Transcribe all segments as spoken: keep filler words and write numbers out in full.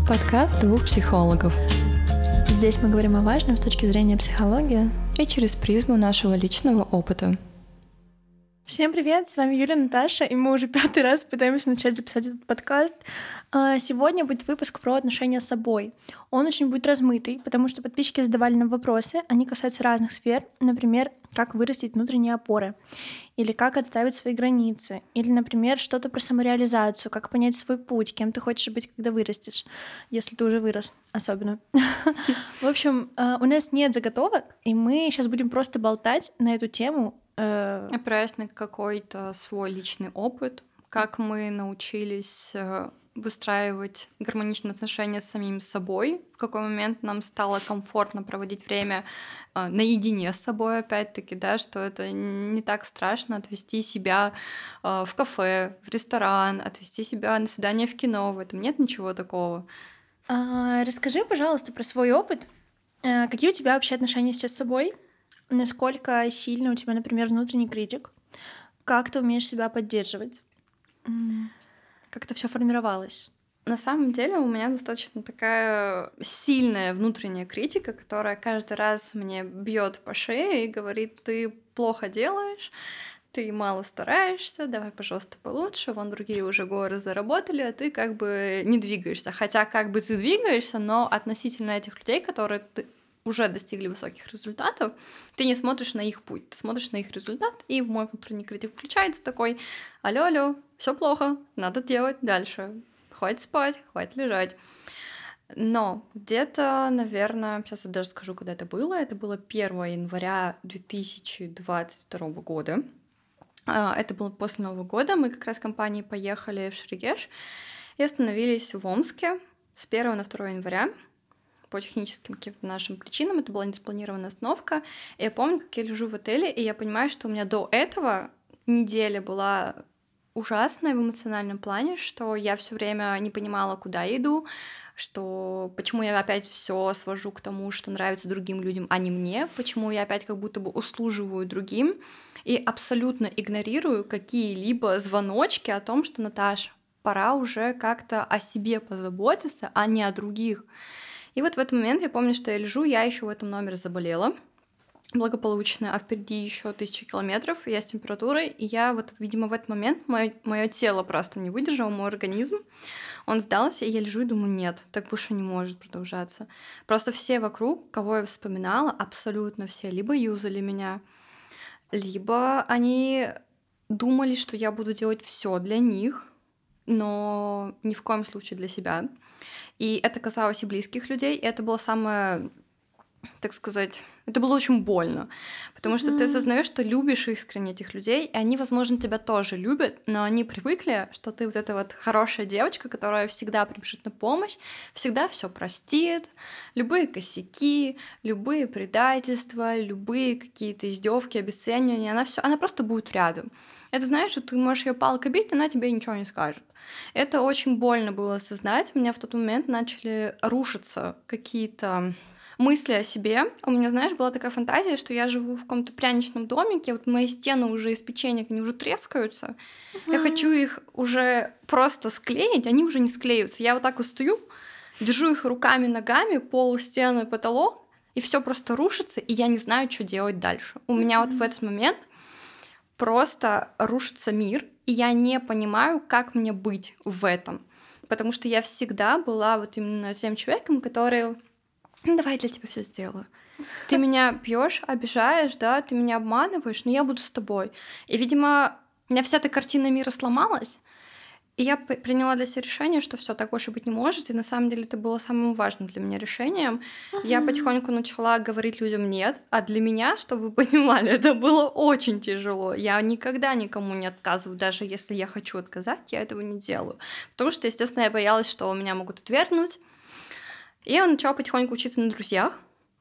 Подкаст двух психологов. Здесь мы говорим о важном с точки зрения психологии и через призму нашего личного опыта. Всем привет, с вами Юля, Наташа, и мы уже пятый раз пытаемся начать записать этот подкаст. Сегодня будет выпуск про отношения с собой. Он очень будет размытый, потому что подписчики задавали нам вопросы, они касаются разных сфер, например, как вырастить внутренние опоры, или как отставить свои границы, или, например, что-то про самореализацию, как понять свой путь, кем ты хочешь быть, когда вырастешь, если ты уже вырос, особенно. В общем, у нас нет заготовок, и мы сейчас будем просто болтать на эту тему, опираясь на какой-то свой личный опыт, как мы научились выстраивать гармоничные отношения с самим собой, в какой момент нам стало комфортно проводить время э, наедине с собой, опять-таки, да, что это не так страшно отвести себя э, в кафе, в ресторан, отвести себя на свидание в кино, в этом нет ничего такого. А, расскажи, пожалуйста, про свой опыт. А, какие у тебя вообще отношения сейчас с собой? Насколько сильно у тебя, например, внутренний критик? Как ты умеешь себя поддерживать? Как это все формировалось? На самом деле у меня достаточно такая сильная внутренняя критика, которая каждый раз мне бьет по шее и говорит: ты плохо делаешь, ты мало стараешься, давай, пожалуйста, получше, вон другие уже горы заработали, а ты как бы не двигаешься. Хотя как бы ты двигаешься, но относительно этих людей, которые ты уже достигли высоких результатов, ты не смотришь на их путь, ты смотришь на их результат, и в мой внутренний критик включается такой: алло, алло, все плохо, надо делать дальше, хватит спать, хватит лежать. Но где-то, наверное, сейчас я даже скажу, когда это было, это было первого января две тысячи двадцать второго года. Это было после Нового года, мы как раз с компанией поехали в Шерегеш и остановились в Омске с первого на второе января. По техническим каким-то нашим причинам это была неспланированная остановка. И я помню, как я лежу в отеле, и я понимаю, что у меня до этого неделя была ужасная в эмоциональном плане, что я все время не понимала, куда я иду, что почему я опять все свожу к тому, что нравится другим людям, а не мне, почему я опять как будто бы услуживаю другим и абсолютно игнорирую какие-либо звоночки о том, что: Наташа, пора уже как-то о себе позаботиться, а не о других. И вот в этот момент я помню, что я лежу, я еще в этом номере заболела благополучно, а впереди еще тысяча километров, я с температурой, и я вот, видимо, в этот момент мое тело просто не выдержало, мой организм, он сдался, и я лежу и думаю: нет, так больше не может продолжаться. Просто все вокруг, кого я вспоминала, абсолютно все, либо юзали меня, либо они думали, что я буду делать все для них, но ни в коем случае для себя. И это касалось и близких людей, и это было самое, так сказать, это было очень больно, потому mm-hmm. что ты осознаешь, что любишь искренне этих людей, и они, возможно, тебя тоже любят, но они привыкли, что ты вот эта вот хорошая девочка, которая всегда прибежит на помощь, всегда все простит, любые косяки, любые предательства, любые какие-то издевки, обесценивания, она все, она просто будет рядом. Это, знаешь, что ты можешь ее палкой бить, она тебе ничего не скажет. Это очень больно было осознать. У меня в тот момент начали рушиться какие-то мысли о себе. У меня, знаешь, была такая фантазия, что я живу в каком-то пряничном домике, вот мои стены уже из печенек, они уже трескаются. Uh-huh. Я хочу их уже просто склеить, они уже не склеются. Я вот так вот стою, держу их руками, ногами, пол, стены, потолок, и все просто рушится, и я не знаю, что делать дальше. У uh-huh. меня вот в этот момент просто рушится мир, и я не понимаю, как мне быть в этом. Потому что я всегда была вот именно тем человеком, который: ну, давай я для тебя все сделаю. Ты меня бьешь, обижаешь, да, ты меня обманываешь, но я буду с тобой. И, видимо, у меня вся эта картина мира сломалась, и я приняла для себя решение, что все так больше быть не может, и на самом деле это было самым важным для меня решением. Uh-huh. Я потихоньку начала говорить людям «нет», а для меня, чтобы вы понимали, это было очень тяжело. Я никогда никому не отказываю, даже если я хочу отказать, я этого не делаю. Потому что, естественно, я боялась, что меня могут отвергнуть. И я начала потихоньку учиться на друзьях,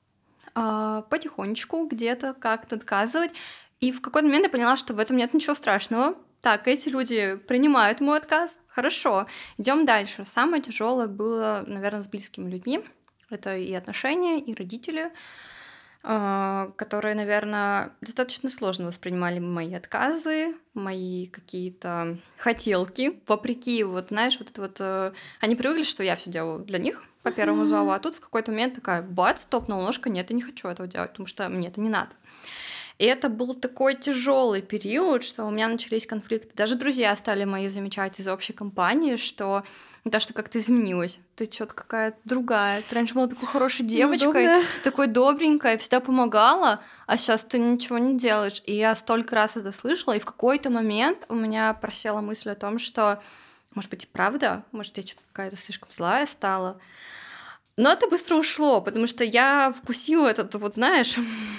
потихонечку где-то как-то отказывать. И в какой-то момент я поняла, что в этом нет ничего страшного. Так, эти люди принимают мой отказ. Хорошо, идем дальше. Самое тяжелое было, наверное, с близкими людьми. Это и отношения, и родители. а, которые, наверное, достаточно сложно воспринимали мои отказы, мои какие-то хотелки, вопреки, вот знаешь, вот это вот... э, Они привыкли, что я все делаю для них по первому зову, Мгм. а тут в какой-то момент такая, бац, топнула ножка, нет, я не хочу этого делать, потому что мне это не надо. И это был такой тяжелый период, что у меня начались конфликты. Даже друзья стали мои замечать из общей компании, что Даша, как ты изменилась. Ты что-то какая-то другая. Ты раньше была такой хорошей девочкой, Неудобно. такой добренькой, всегда помогала, а сейчас ты ничего не делаешь. И я столько раз это слышала, и в какой-то момент у меня просела мысль о том, что, может быть, и правда, может, я что-то какая-то слишком злая стала. Но это быстро ушло, потому что я вкусила этот, вот знаешь,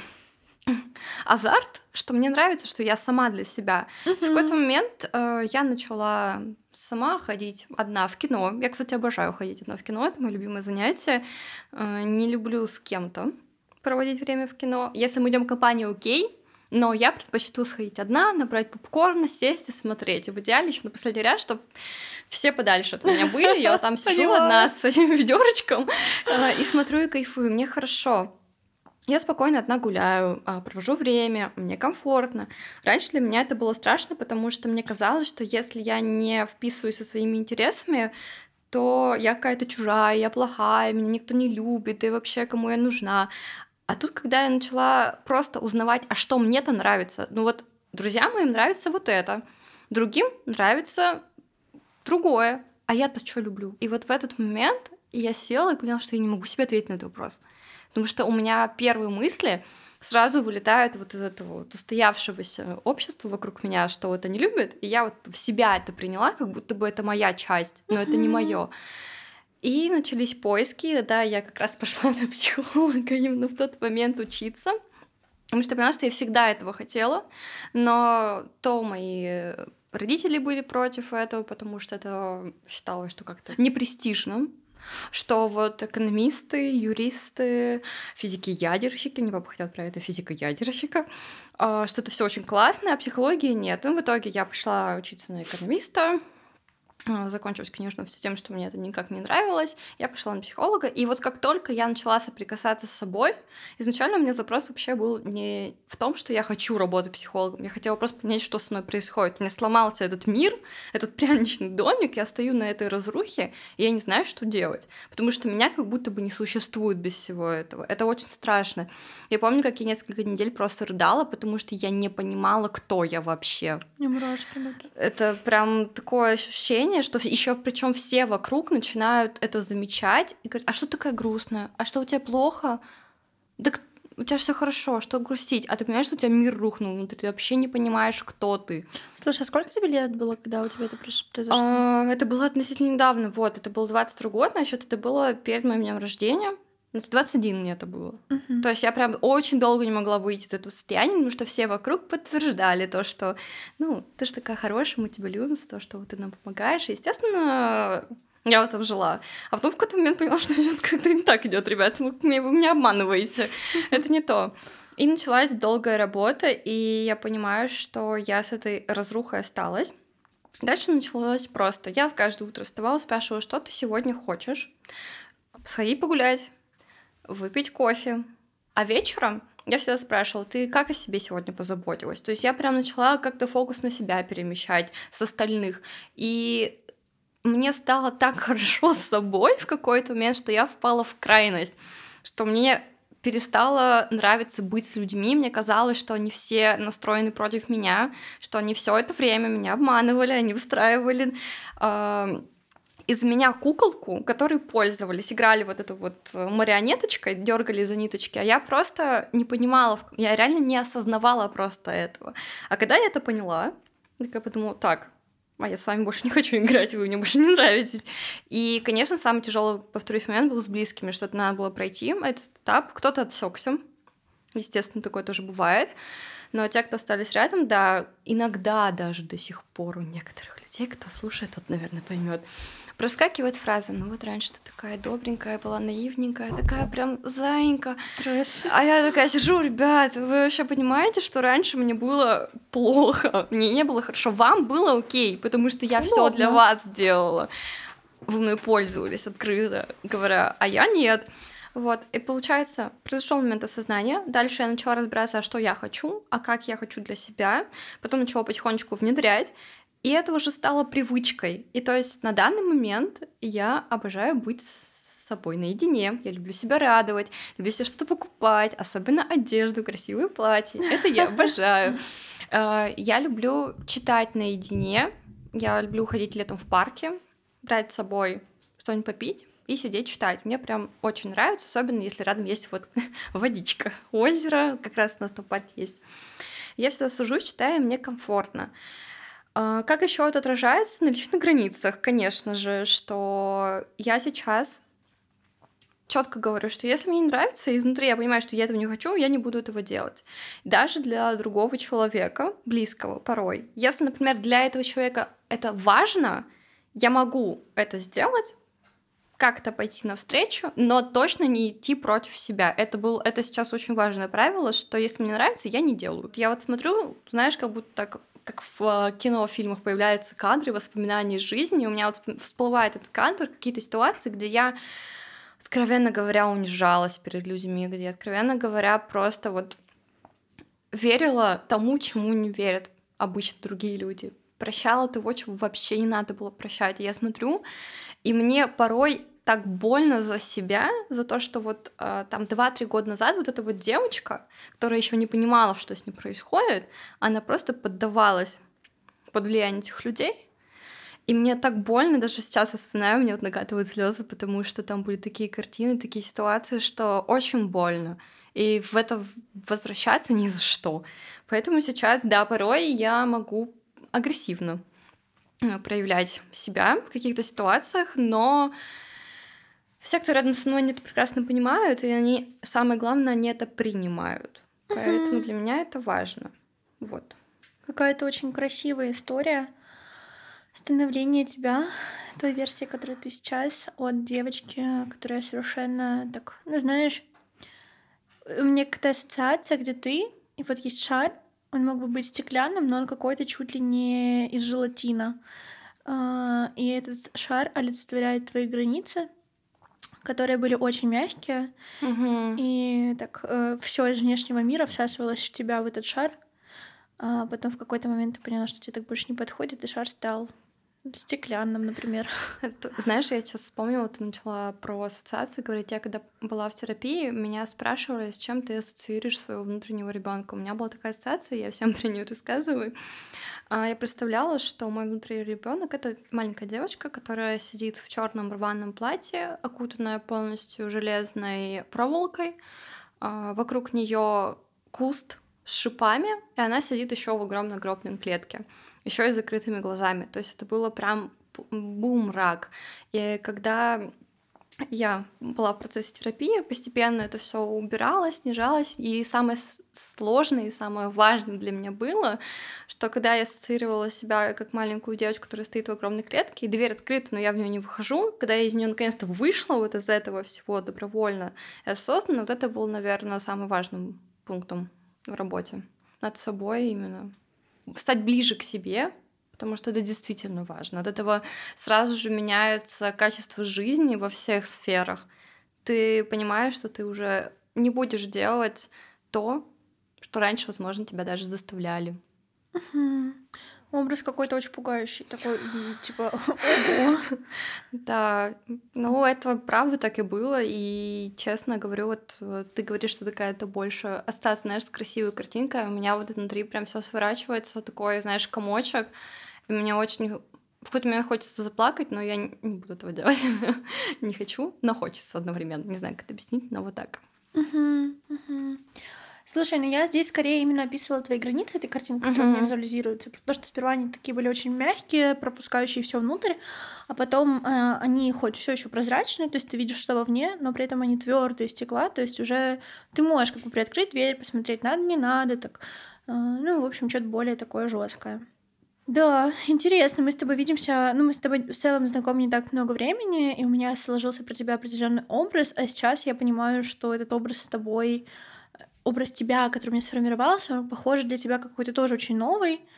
азарт, что мне нравится, что я сама для себя. В какой-то Мгм. момент э, я начала сама ходить одна в кино. Я, кстати, обожаю ходить одна в кино, это мое любимое занятие. Э, не люблю с кем-то проводить время в кино. Если мы идем в компанию, окей, но я предпочту сходить одна, набрать попкорн, сесть и смотреть. И в идеале еще на последний ряд, чтобы все подальше от меня были. Я вот там сижу одна Поняла. с этим ведерочком и смотрю и кайфую. Мне хорошо. Я спокойно одна гуляю, а, провожу время, мне комфортно. Раньше для меня это было страшно, потому что мне казалось, что если я не вписываюсь со своими интересами, то я какая-то чужая, я плохая, меня никто не любит, и вообще кому я нужна. А тут, когда я начала просто узнавать, а что мне-то нравится, ну вот друзьям моим нравится вот это, другим нравится другое, а я-то что люблю? И вот в этот момент я села и поняла, что я не могу себе ответить на этот вопрос. Потому что у меня первые мысли сразу вылетают вот из этого вот устоявшегося общества вокруг меня, что вот они любят, и я вот в себя это приняла, как будто бы это моя часть, но это не Мгм. мое. И начались поиски, да, я как раз пошла на психолога именно в тот момент учиться, потому что я поняла, что я всегда этого хотела, но то мои родители были против этого, потому что это считалось, что как-то непрестижно, что вот экономисты, юристы, физики-ядерщики, мне папа хотел про это физика-ядерщика, а, что это все очень классно, а психологии нет. Ну, в итоге я пошла учиться на экономиста. А, Закончилось, конечно, все тем, что мне это никак не нравилось. Я пошла на психолога, и вот как только я начала соприкасаться с собой, изначально у меня запрос вообще был не в том, что я хочу работать психологом, я хотела просто понять, что со мной происходит. У меня сломался этот мир, этот пряничный домик, я стою на этой разрухе, и я не знаю, что делать, потому что меня как будто бы не существует без всего этого. Это очень страшно. Я помню, как я несколько недель просто рыдала, потому что я не понимала, кто я вообще. Мне мурашки идут. Это прям такое ощущение, что еще причем все вокруг начинают это замечать и говорят, а что ты такая грустная? А что у тебя плохо? Да к- у тебя все хорошо, что грустить? А ты понимаешь, что у тебя мир рухнул внутри, ты вообще не понимаешь, кто ты. Слушай, а сколько тебе лет было, когда у тебя это приш- произошло? А, это было относительно недавно, вот, это был двадцать второй год, значит, это было перед моим днем рождения. Значит, двадцать один мне это было. Мгм. То есть я прям очень долго не могла выйти из этого состояния, потому что все вокруг подтверждали то, что, ну, ты же такая хорошая, мы тебя любим за то, что вот ты нам помогаешь. И, естественно, я вот там жила. А потом в какой-то момент поняла, что что-то как-то не так идет, ребят, вы меня- вы меня обманываете. Это не то. И началась долгая работа, и я понимаю, что я с этой разрухой осталась. Дальше началось просто. Я в каждое утро вставала, спрашивала, что ты сегодня хочешь. Сходить погулять, выпить кофе. А вечером я всегда спрашивала, ты как о себе сегодня позаботилась? То есть я прям начала как-то фокус на себя перемещать с остальных. И мне стало так хорошо с собой в какой-то момент, что я впала в крайность, что мне перестало нравиться быть с людьми. Мне казалось, что они все настроены против меня, что они все это время меня обманывали, они выстраивали а, из меня куколку, которой пользовались, играли вот эту вот э, марионеточкой, дергали за ниточки, а я просто не понимала, в- я реально не осознавала просто этого. А когда я это поняла, я такая подумала, так, а я с вами больше не хочу играть, вы мне больше не нравитесь. И, конечно, самый тяжелый, повторюсь, момент был с близкими, что-то надо было пройти этот этап. Кто-то отсекся, естественно, такое тоже бывает. Но те, кто остались рядом, да, иногда даже до сих пор у некоторых людей, кто слушает, тот, наверное, поймет. Проскакивает фраза, ну вот раньше ты такая добренькая была, наивненькая, такая прям заинька. Тресс. А я такая сижу, ребят, вы вообще понимаете, что раньше мне было плохо, мне не было хорошо, вам было окей, потому что я все для Удобно. вас делала. Вы мной пользовались открыто говоря, а я нет. Вот, и получается, произошел момент осознания. Дальше я начала разбираться, а что я хочу, а как я хочу для себя. Потом начала потихонечку внедрять. И это уже стало привычкой. И то есть на данный момент я обожаю быть с собой наедине. Я люблю себя радовать, люблю себе что-то покупать, особенно одежду, красивые платья. Это я обожаю. Э, Я люблю читать наедине. Я люблю ходить летом в парке, брать с собой что-нибудь попить и сидеть читать. Мне прям очень нравится, особенно если рядом есть вот водичка, озеро, как раз у нас там в парке есть. Я всегда сажусь, читаю, и мне комфортно. А, Как еще это отражается на личных границах, конечно же, что я сейчас четко говорю, что если мне не нравится, и изнутри я понимаю, что я этого не хочу, я не буду этого делать. Даже для другого человека, близкого порой. Если, например, для этого человека это важно, я могу это сделать, как-то пойти навстречу, но точно не идти против себя. Это, был, это сейчас очень важное правило, что если мне нравится, я не делаю. Я вот смотрю, знаешь, как будто так, как в э, кино, в фильмах появляются кадры, воспоминания из жизни. У меня вот всплывает этот кадр, какие-то ситуации, где я, откровенно говоря, унижалась перед людьми, где, откровенно говоря, просто вот верила тому, чему не верят обычно другие люди. Прощала того, чего вообще не надо было прощать. И я смотрю, и мне порой так больно за себя, за то, что вот э, там два-три года назад вот эта вот девочка, которая еще не понимала, что с ней происходит, она просто поддавалась под влияние этих людей. И мне так больно, даже сейчас вспоминаю, мне вот накатывают слезы, потому что там были такие картины, такие ситуации, что очень больно. И в это в- возвращаться ни за что. Поэтому сейчас, да, порой я могу агрессивно э, проявлять себя в каких-то ситуациях, но все, кто рядом со мной, они это прекрасно понимают, и они, самое главное, они это принимают. Поэтому Мгм. для меня это важно. Вот. Какая-то очень красивая история становления тебя, той версии, которой ты сейчас, от девочки, которая совершенно так, ну знаешь, у меня какая-то ассоциация, где ты, и вот есть шар, он мог бы быть стеклянным, но он какой-то чуть ли не из желатина. А, И этот шар олицетворяет твои границы, которые были очень мягкие, Мгм. и так все из внешнего мира всасывалось в тебя, в этот шар. А потом в какой-то момент ты поняла, что тебе так больше не подходит, и шар стал стеклянным, например. Это, знаешь, я сейчас вспомнила, ты начала про ассоциации говорить. Я когда была в терапии, меня спрашивали, с чем ты ассоциируешь своего внутреннего ребенка. У меня была такая ассоциация, я всем про нее рассказываю. А, Я представляла, что мой внутренний ребенок это маленькая девочка, которая сидит в черном рваном платье, окутанная полностью железной проволокой. А, Вокруг нее куст с шипами, и она сидит еще в огромной гробной клетке, еще и с закрытыми глазами. То есть это было прям п- бумрак. И когда я была в процессе терапии, постепенно это все убиралось, снижалось. И самое с- сложное и самое важное для меня было, что когда я ассоциировала себя как маленькую девочку, которая стоит в огромной клетке, и дверь открыта, но я в нее не выхожу, когда я из нее наконец-то вышла вот из этого всего добровольно и осознанно, вот это было, наверное, самым важным пунктом в работе над собой именно. Стать ближе к себе, потому что это действительно важно. От этого сразу же меняется качество жизни во всех сферах. Ты понимаешь, что ты уже не будешь делать то, что раньше, возможно, тебя даже заставляли. Мгм. Образ какой-то очень пугающий, такой, и, типа, ого. Да, ну это правда так и было, и честно говорю, вот э, ты говоришь, что такая то больше остаться, знаешь, с красивой картинкой, а у меня вот внутри прям все сворачивается, такой, знаешь, комочек, и мне очень в какой-то момент хочется заплакать, но я не не буду этого делать, не хочу, но хочется одновременно, не знаю, как это объяснить, но вот так. Мгм, мгм. Слушай, ну я здесь скорее именно описывала твои границы этой картинки, которая у меня Мгм. визуализируется. Потому что сперва они такие были очень мягкие, пропускающие все внутрь, а потом э, они хоть все еще прозрачные, то есть ты видишь, что вовне, но при этом они твердые стекла, то есть уже ты можешь как бы приоткрыть дверь, посмотреть, надо, не надо, так. Э, ну, в общем, что-то более такое жесткое. Да, интересно, мы с тобой видимся, ну, мы с тобой в целом знакомы не так много времени, и у меня сложился про тебя определенный образ, а сейчас я понимаю, что этот образ с тобой, образ тебя, который у меня сформировался, он, похоже, для тебя какой-то тоже очень новый.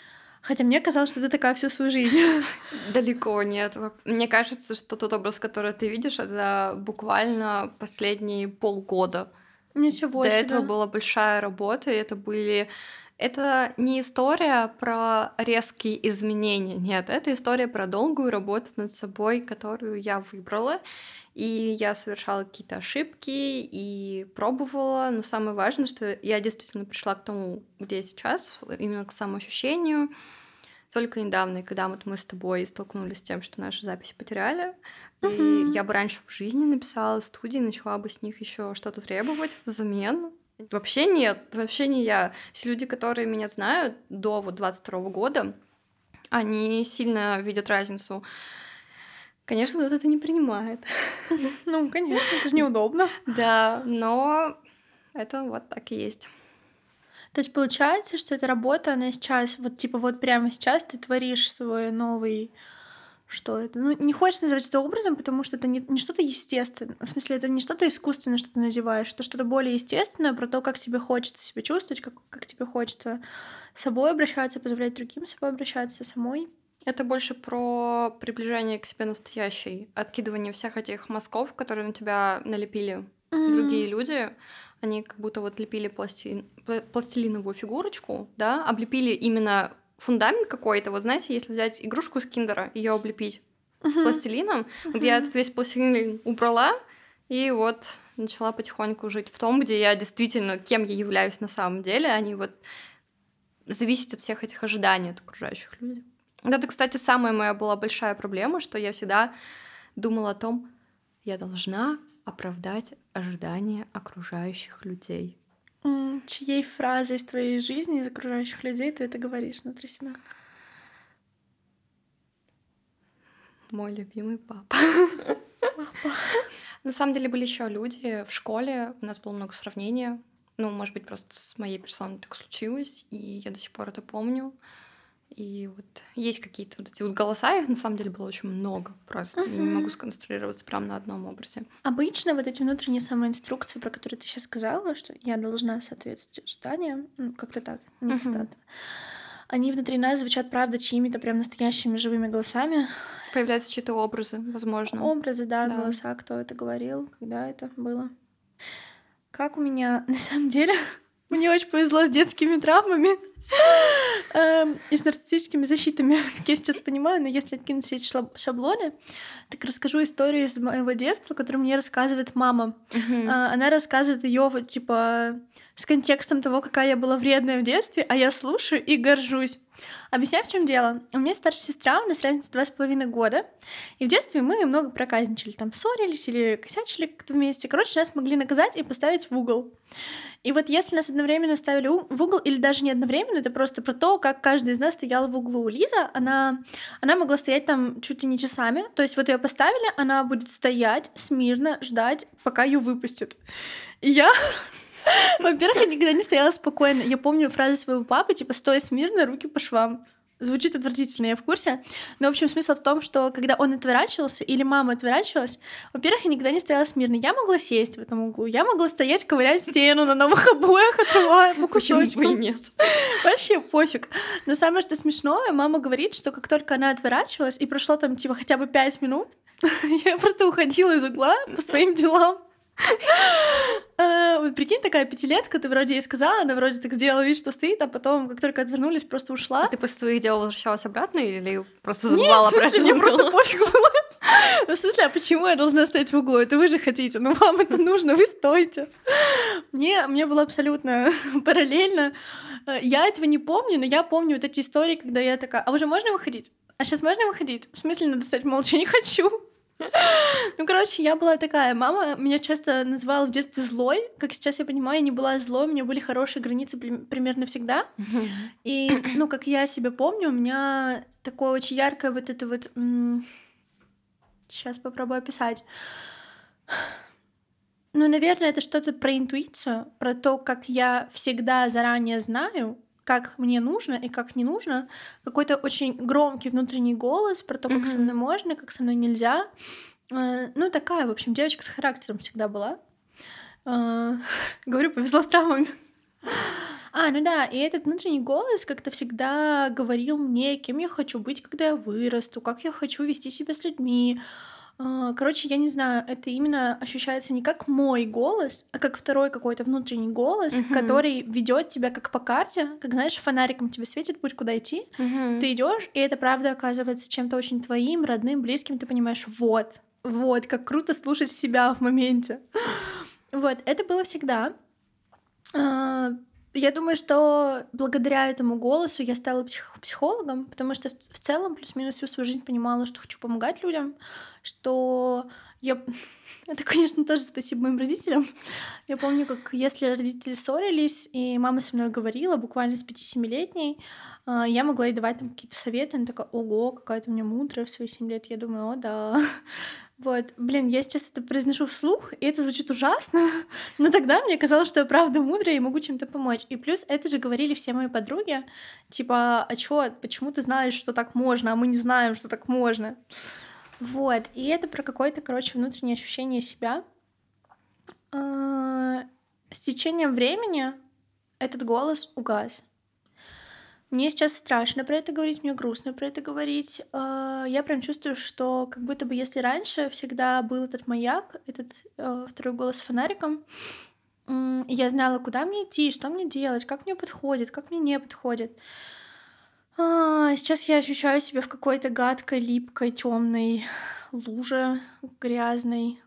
Хотя мне казалось, что ты такая всю свою жизнь. Далеко нет. Мне кажется, что тот образ, который ты видишь, это буквально последние полгода. Ничего До себе. этого была большая работа, и это были... Это не история про резкие изменения, нет, это история про долгую работу над собой, которую я выбрала, и я совершала какие-то ошибки и пробовала, но самое важное, что я действительно пришла к тому, где я сейчас, именно к самоощущению, только недавно, и когда вот мы с тобой столкнулись с тем, что наши записи потеряли, и Мгм. я бы раньше в жизни написала студии, начала бы с них еще что-то требовать взамен. Вообще нет, вообще не я. Все люди, которые меня знают до вот двадцать второго года, они сильно видят разницу. Конечно, вот это не принимает. Ну, конечно, это же неудобно. Да, но это вот так и есть. То есть получается, что эта работа, она сейчас, вот типа вот прямо сейчас ты творишь свой новый... Что это? Ну, не хочется называть это образом, потому что это не, не что-то естественное. В смысле, это не что-то искусственное, что ты надеваешь, это что-то более естественное про то, как тебе хочется себя чувствовать, как, как тебе хочется с собой обращаться, позволять другим с собой обращаться, самой. Это больше про приближение к себе настоящей, откидывание всех этих мазков, которые на тебя налепили Мгм. другие люди. Они как будто вот лепили пласти- пла- пластилиновую фигурочку, да, облепили именно фундамент какой-то. Вот знаете, если взять игрушку из киндера, ее облепить Мгм. пластилином, вот я Мгм. этот весь пластилин убрала, и вот начала потихоньку жить в том, где я действительно, кем я являюсь на самом деле, а не вот зависеть от всех этих ожиданий от окружающих людей. Вот это, кстати, самая моя была большая проблема, что я всегда думала о том, я должна оправдать ожидания окружающих людей. М, Чьей фразой из твоей жизни, из окружающих людей ты это говоришь внутри себя? Мой любимый папа. На самом деле были еще люди в школе, у нас было много сравнения. Ну, может быть, просто с моей персоной так случилось, и я до сих пор это помню. И вот есть какие-то вот эти вот голоса, их на самом деле было очень много просто. Я не могу Мгм. сконцентрироваться прямо на одном образе. Обычно вот эти внутренние самоинструкции, про которые ты сейчас сказала, что я должна соответствовать ожиданиям, ну, как-то так, не Мгм. цитата, они внутри нас звучат, правда, чьими-то прям настоящими живыми голосами. Появляются чьи-то образы, возможно. Образы, да, Да. голоса, кто это говорил, когда это было. Как у меня, на самом деле, мне очень повезло с детскими травмами эм, и с нарциссическими защитами, как я сейчас понимаю, но если откинуть все эти шлаб- шаблоны, так расскажу историю из моего детства, которую мне рассказывает мама. Мгм. А, Она рассказывает ее вот типа с контекстом того, какая я была вредная в детстве, а я слушаю и горжусь. Объясняю, в чем дело. У меня старшая сестра, у нас разница два с половиной года, и в детстве мы много проказничали, там ссорились или косячили как-то вместе. Короче, нас могли наказать и поставить в угол. И вот если нас одновременно ставили у- в угол, или даже не одновременно, это просто про то, как каждый из нас стоял в углу. Лиза, она, она могла стоять там чуть ли не часами, то есть вот ее поставили, она будет стоять смирно, ждать, пока ее выпустят. И я, во-первых, я никогда не стояла спокойно. Я помню фразу своего папы, типа «стой смирно, руки по швам». Звучит отвратительно, я в курсе. Но, в общем, смысл в том, что когда он отворачивался или мама отворачивалась, во-первых, я никогда не стояла смирно. Я могла сесть в этом углу, я могла стоять, ковырять стену на новых обоях, отрывая по Почему бы и кусочкам. нет? Вообще пофиг. Но самое, что смешное, мама говорит, что как только она отворачивалась, и прошло там, типа, хотя бы пять минут, я просто уходила из угла по своим делам. А, Вот прикинь, такая пятилетка, ты вроде ей сказала, она вроде так сделала вид, что стоит, а потом, как только отвернулись, просто А ушла. ты после своих дел возвращалась обратно или просто Нет, забывала в про смысле, это? мне просто пофиг было. Ну, в смысле, а почему я должна стоять в углу? Это вы же хотите. Ну, вам это нужно, вы стойте. Мне, мне было абсолютно параллельно. Э, Я этого не помню, но я помню вот эти истории, когда я такая, а уже можно выходить? А сейчас можно выходить? В смысле, надо стать молча, не хочу. Ну, короче, я была такая. Мама меня часто называла в детстве злой. Как сейчас я понимаю, я не была злой, у меня были хорошие границы при- примерно всегда. Мгм. И, ну, как я себя помню, у меня такое очень яркое вот это вот... Сейчас попробую описать. Ну, наверное, это что-то про интуицию, про то, как я всегда заранее знаю, как мне нужно и как не нужно. Какой-то очень громкий внутренний голос про то, как со мной Мгм. можно, как со мной нельзя. Э, Ну, такая, в общем, девочка с характером всегда была. Э, Говорю, повезло с травмами. А, ну да, и этот внутренний голос как-то всегда говорил мне, кем я хочу быть, когда я вырасту, как я хочу вести себя с людьми. А, Короче, я не знаю, это именно ощущается не как мой голос, а как второй какой-то внутренний голос, Мгм. который ведет тебя как по карте, как знаешь, фонариком тебе светит путь, куда идти. Мгм. Ты идешь, и это правда оказывается чем-то очень твоим, родным, близким. Ты понимаешь, вот, вот, как круто слушать себя в моменте. Вот, это было всегда. А, Я думаю, что благодаря этому голосу я стала псих- психологом, потому что в в целом плюс-минус всю свою жизнь понимала, что хочу помогать людям, что я... Это, конечно, тоже спасибо моим родителям. Я помню, как если родители ссорились, и мама со мной говорила, буквально с пяти-семилетней, а, я могла ей давать там какие-то советы, она такая, ого, какая ты у меня мудрая в свои семь лет. Я думаю, о, да. Вот, блин, я сейчас это произношу вслух, и это звучит ужасно, но тогда мне казалось, что я правда мудрая и могу чем-то помочь. И плюс это же говорили все мои подруги, типа, а чё, почему ты знаешь, что так можно, а мы не знаем, что так можно? Вот, и это про какое-то, короче, внутреннее ощущение себя. А, С течением времени этот голос угас. Мне сейчас страшно про это говорить, мне грустно про это говорить. А, Я прям чувствую, что как будто бы если раньше всегда был этот маяк, этот э, второй голос с фонариком, м, и я знала, куда мне идти, что мне делать, как мне подходит, как мне не подходит. А, Сейчас я ощущаю себя в какой-то гадкой, липкой, темной луже грязной,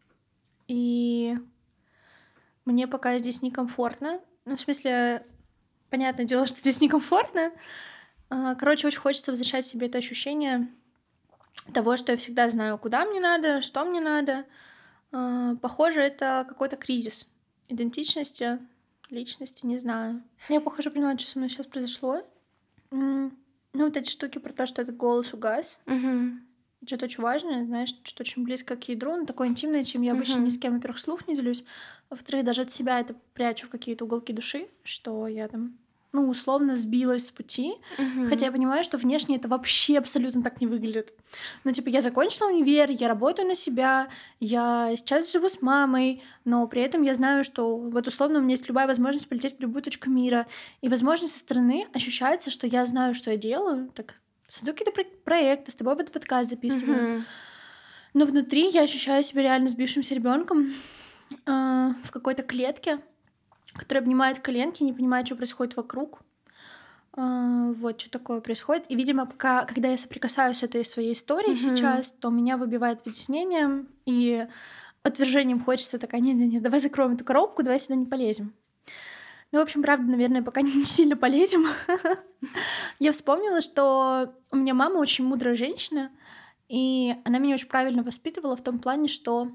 и мне пока здесь некомфортно. Ну, в смысле, понятное дело, что здесь некомфортно. А, Короче, очень хочется возвращать себе это ощущение того, что я всегда знаю, куда мне надо, что мне надо. А, Похоже, это какой-то кризис идентичности, личности, не знаю. Я, похоже, поняла, что со мной сейчас произошло. М, Ну, вот эти штуки про то, что этот голос угас. Мгм. Что-то очень важное, знаешь, что-то очень близко к ядру, но такое интимное, чем я обычно ни с Мгм. кем, во-первых, слух не делюсь, а во-вторых, даже от себя это прячу в какие-то уголки души, что я там, ну, условно сбилась с пути, хотя Мгм. я понимаю, что внешне это вообще абсолютно так не выглядит. Ну, типа, я закончила универ, я работаю на себя, я сейчас живу с мамой, но при этом я знаю, что вот условно у меня есть любая возможность полететь в любую точку мира, и, возможно, со стороны ощущается, что я знаю, что я делаю, так создаю какие-то про- проекты, с тобой в этот подкаст записываю. Мгм. Но внутри я ощущаю себя реально сбившимся ребенком в какой-то клетке, который обнимает коленки, не понимает, что происходит вокруг. А, Вот, что такое происходит. И, видимо, пока, когда я соприкасаюсь с этой своей историей Мгм. сейчас, то меня выбивает вытеснением и отвержением хочется такая, не-не-не, давай закроем эту коробку, давай сюда не полезем. Ну, в общем, правда, наверное, пока не сильно полезем. Я вспомнила, что у меня мама очень мудрая женщина, и она меня очень правильно воспитывала в том плане, что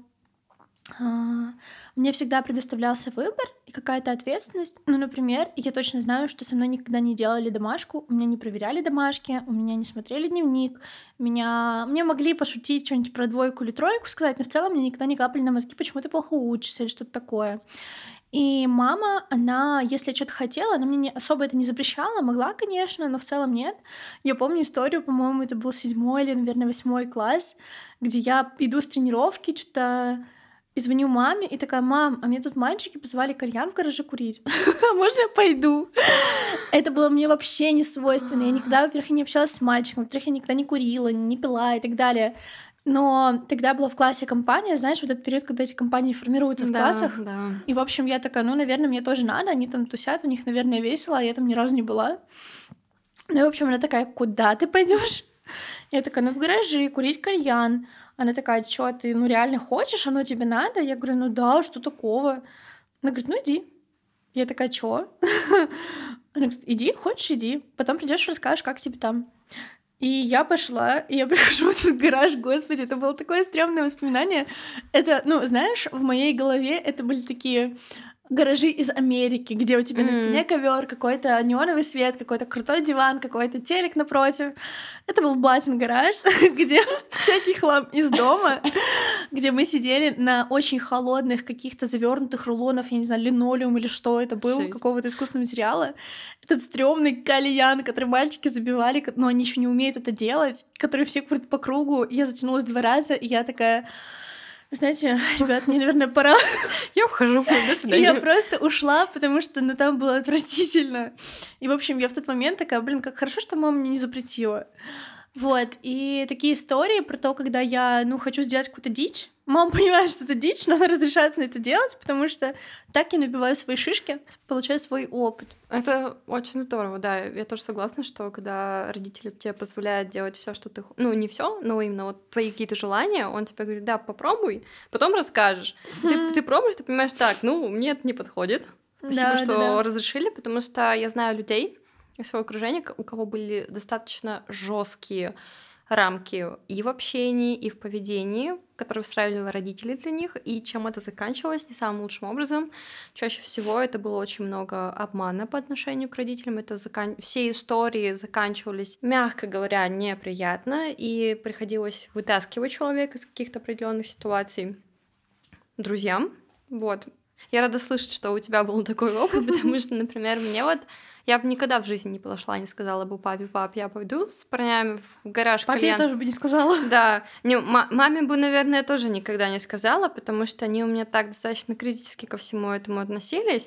а, мне всегда предоставлялся выбор и какая-то ответственность. Ну, например, я точно знаю, что со мной никогда не делали домашку, у меня не проверяли домашки, у меня не смотрели дневник, меня... мне могли пошутить что-нибудь про двойку или тройку сказать, но в целом мне никогда не капали на мозги, почему ты плохо учишься или что-то такое. И мама, она, если я что-то хотела, она мне не- особо это не запрещала, могла, конечно, но в целом нет. Я помню историю, по-моему, это был седьмой или, наверное, восьмой класс, где я иду с тренировки, что-то и звоню маме, и такая: мам, а мне тут мальчики позвали кальян в гараже курить. А можно я пойду? Это было мне вообще не свойственно. Я никогда, во-первых, не общалась с мальчиком, во-вторых, я никогда не курила, не пила и так далее. Но тогда была в классе компания, знаешь, вот этот период, когда эти компании формируются в Да, классах. да. И, в общем, я такая, ну, наверное, мне тоже надо, они там тусят, у них, наверное, весело, а я там ни разу не была. Ну, и, в общем, она такая: куда ты пойдешь? Я такая: ну, в гаражи, курить кальян. Она такая: чё, ты, ну, реально хочешь? Оно тебе надо? Я говорю: ну да, что такого? Она говорит: ну, иди. Я такая: чё? Она говорит: иди, хочешь, иди. Потом придешь, расскажешь, как тебе там. И я пошла, и я прихожу в этот гараж, господи, это было такое стрёмное воспоминание. Это, ну, знаешь, в моей голове это были такие гаражи из Америки, где у тебя на стене М. ковер, какой-то неоновый свет, какой-то крутой диван, какой-то телек напротив. Это был батин гараж, где всякий хлам из дома, где мы сидели на очень холодных каких-то завернутых рулонов, я не знаю, линолеум или что это был, Жесть. какого-то искусственного материала. Этот стрёмный кальян, который мальчики забивали, ко- но они еще не умеют это делать, который все курят по кругу. Я затянулась два раза, и я такая: Знаете, ребят, мне, наверное, пора. Я ухожу, до И свидания. я просто ушла, потому что, ну, там было отвратительно. И, в общем, я в тот момент такая, блин, как хорошо, что мама мне не запретила. Вот, и такие истории про то, когда я, ну, хочу сделать какую-то дичь. Мама понимает, что это дичь, но она разрешает мне это делать, потому что так я набиваю свои шишки, получаю свой опыт. Это очень здорово, да. Я тоже согласна, что когда родители тебе позволяют делать все, что ты... х- Ну, не все, но именно вот твои какие-то желания, он тебе говорит, да, попробуй, потом расскажешь. Ты, ты пробуешь, ты понимаешь, так, ну, мне это не подходит. Спасибо, Да, что да, да. разрешили, потому что я знаю людей из своего окружения, к- у кого были достаточно жесткие рамки и в общении, и в поведении, которые устраивали родители для них, и чем это заканчивалось не самым лучшим образом. Чаще всего это было очень много обмана по отношению к родителям. Это закан... Все истории заканчивались, мягко говоря, неприятно, и приходилось вытаскивать человека из каких-то определенных ситуаций друзьям. Вот. Я рада слышать, что у тебя был такой опыт, потому что, например, мне вот я бы никогда в жизни не подошла, не сказала бы папе, пап, я пойду с парнями в гараж Папе я кальян. тоже бы не сказала. Да, не, ма- маме бы, наверное, тоже никогда не сказала, потому что они у меня так достаточно критически ко всему этому относились.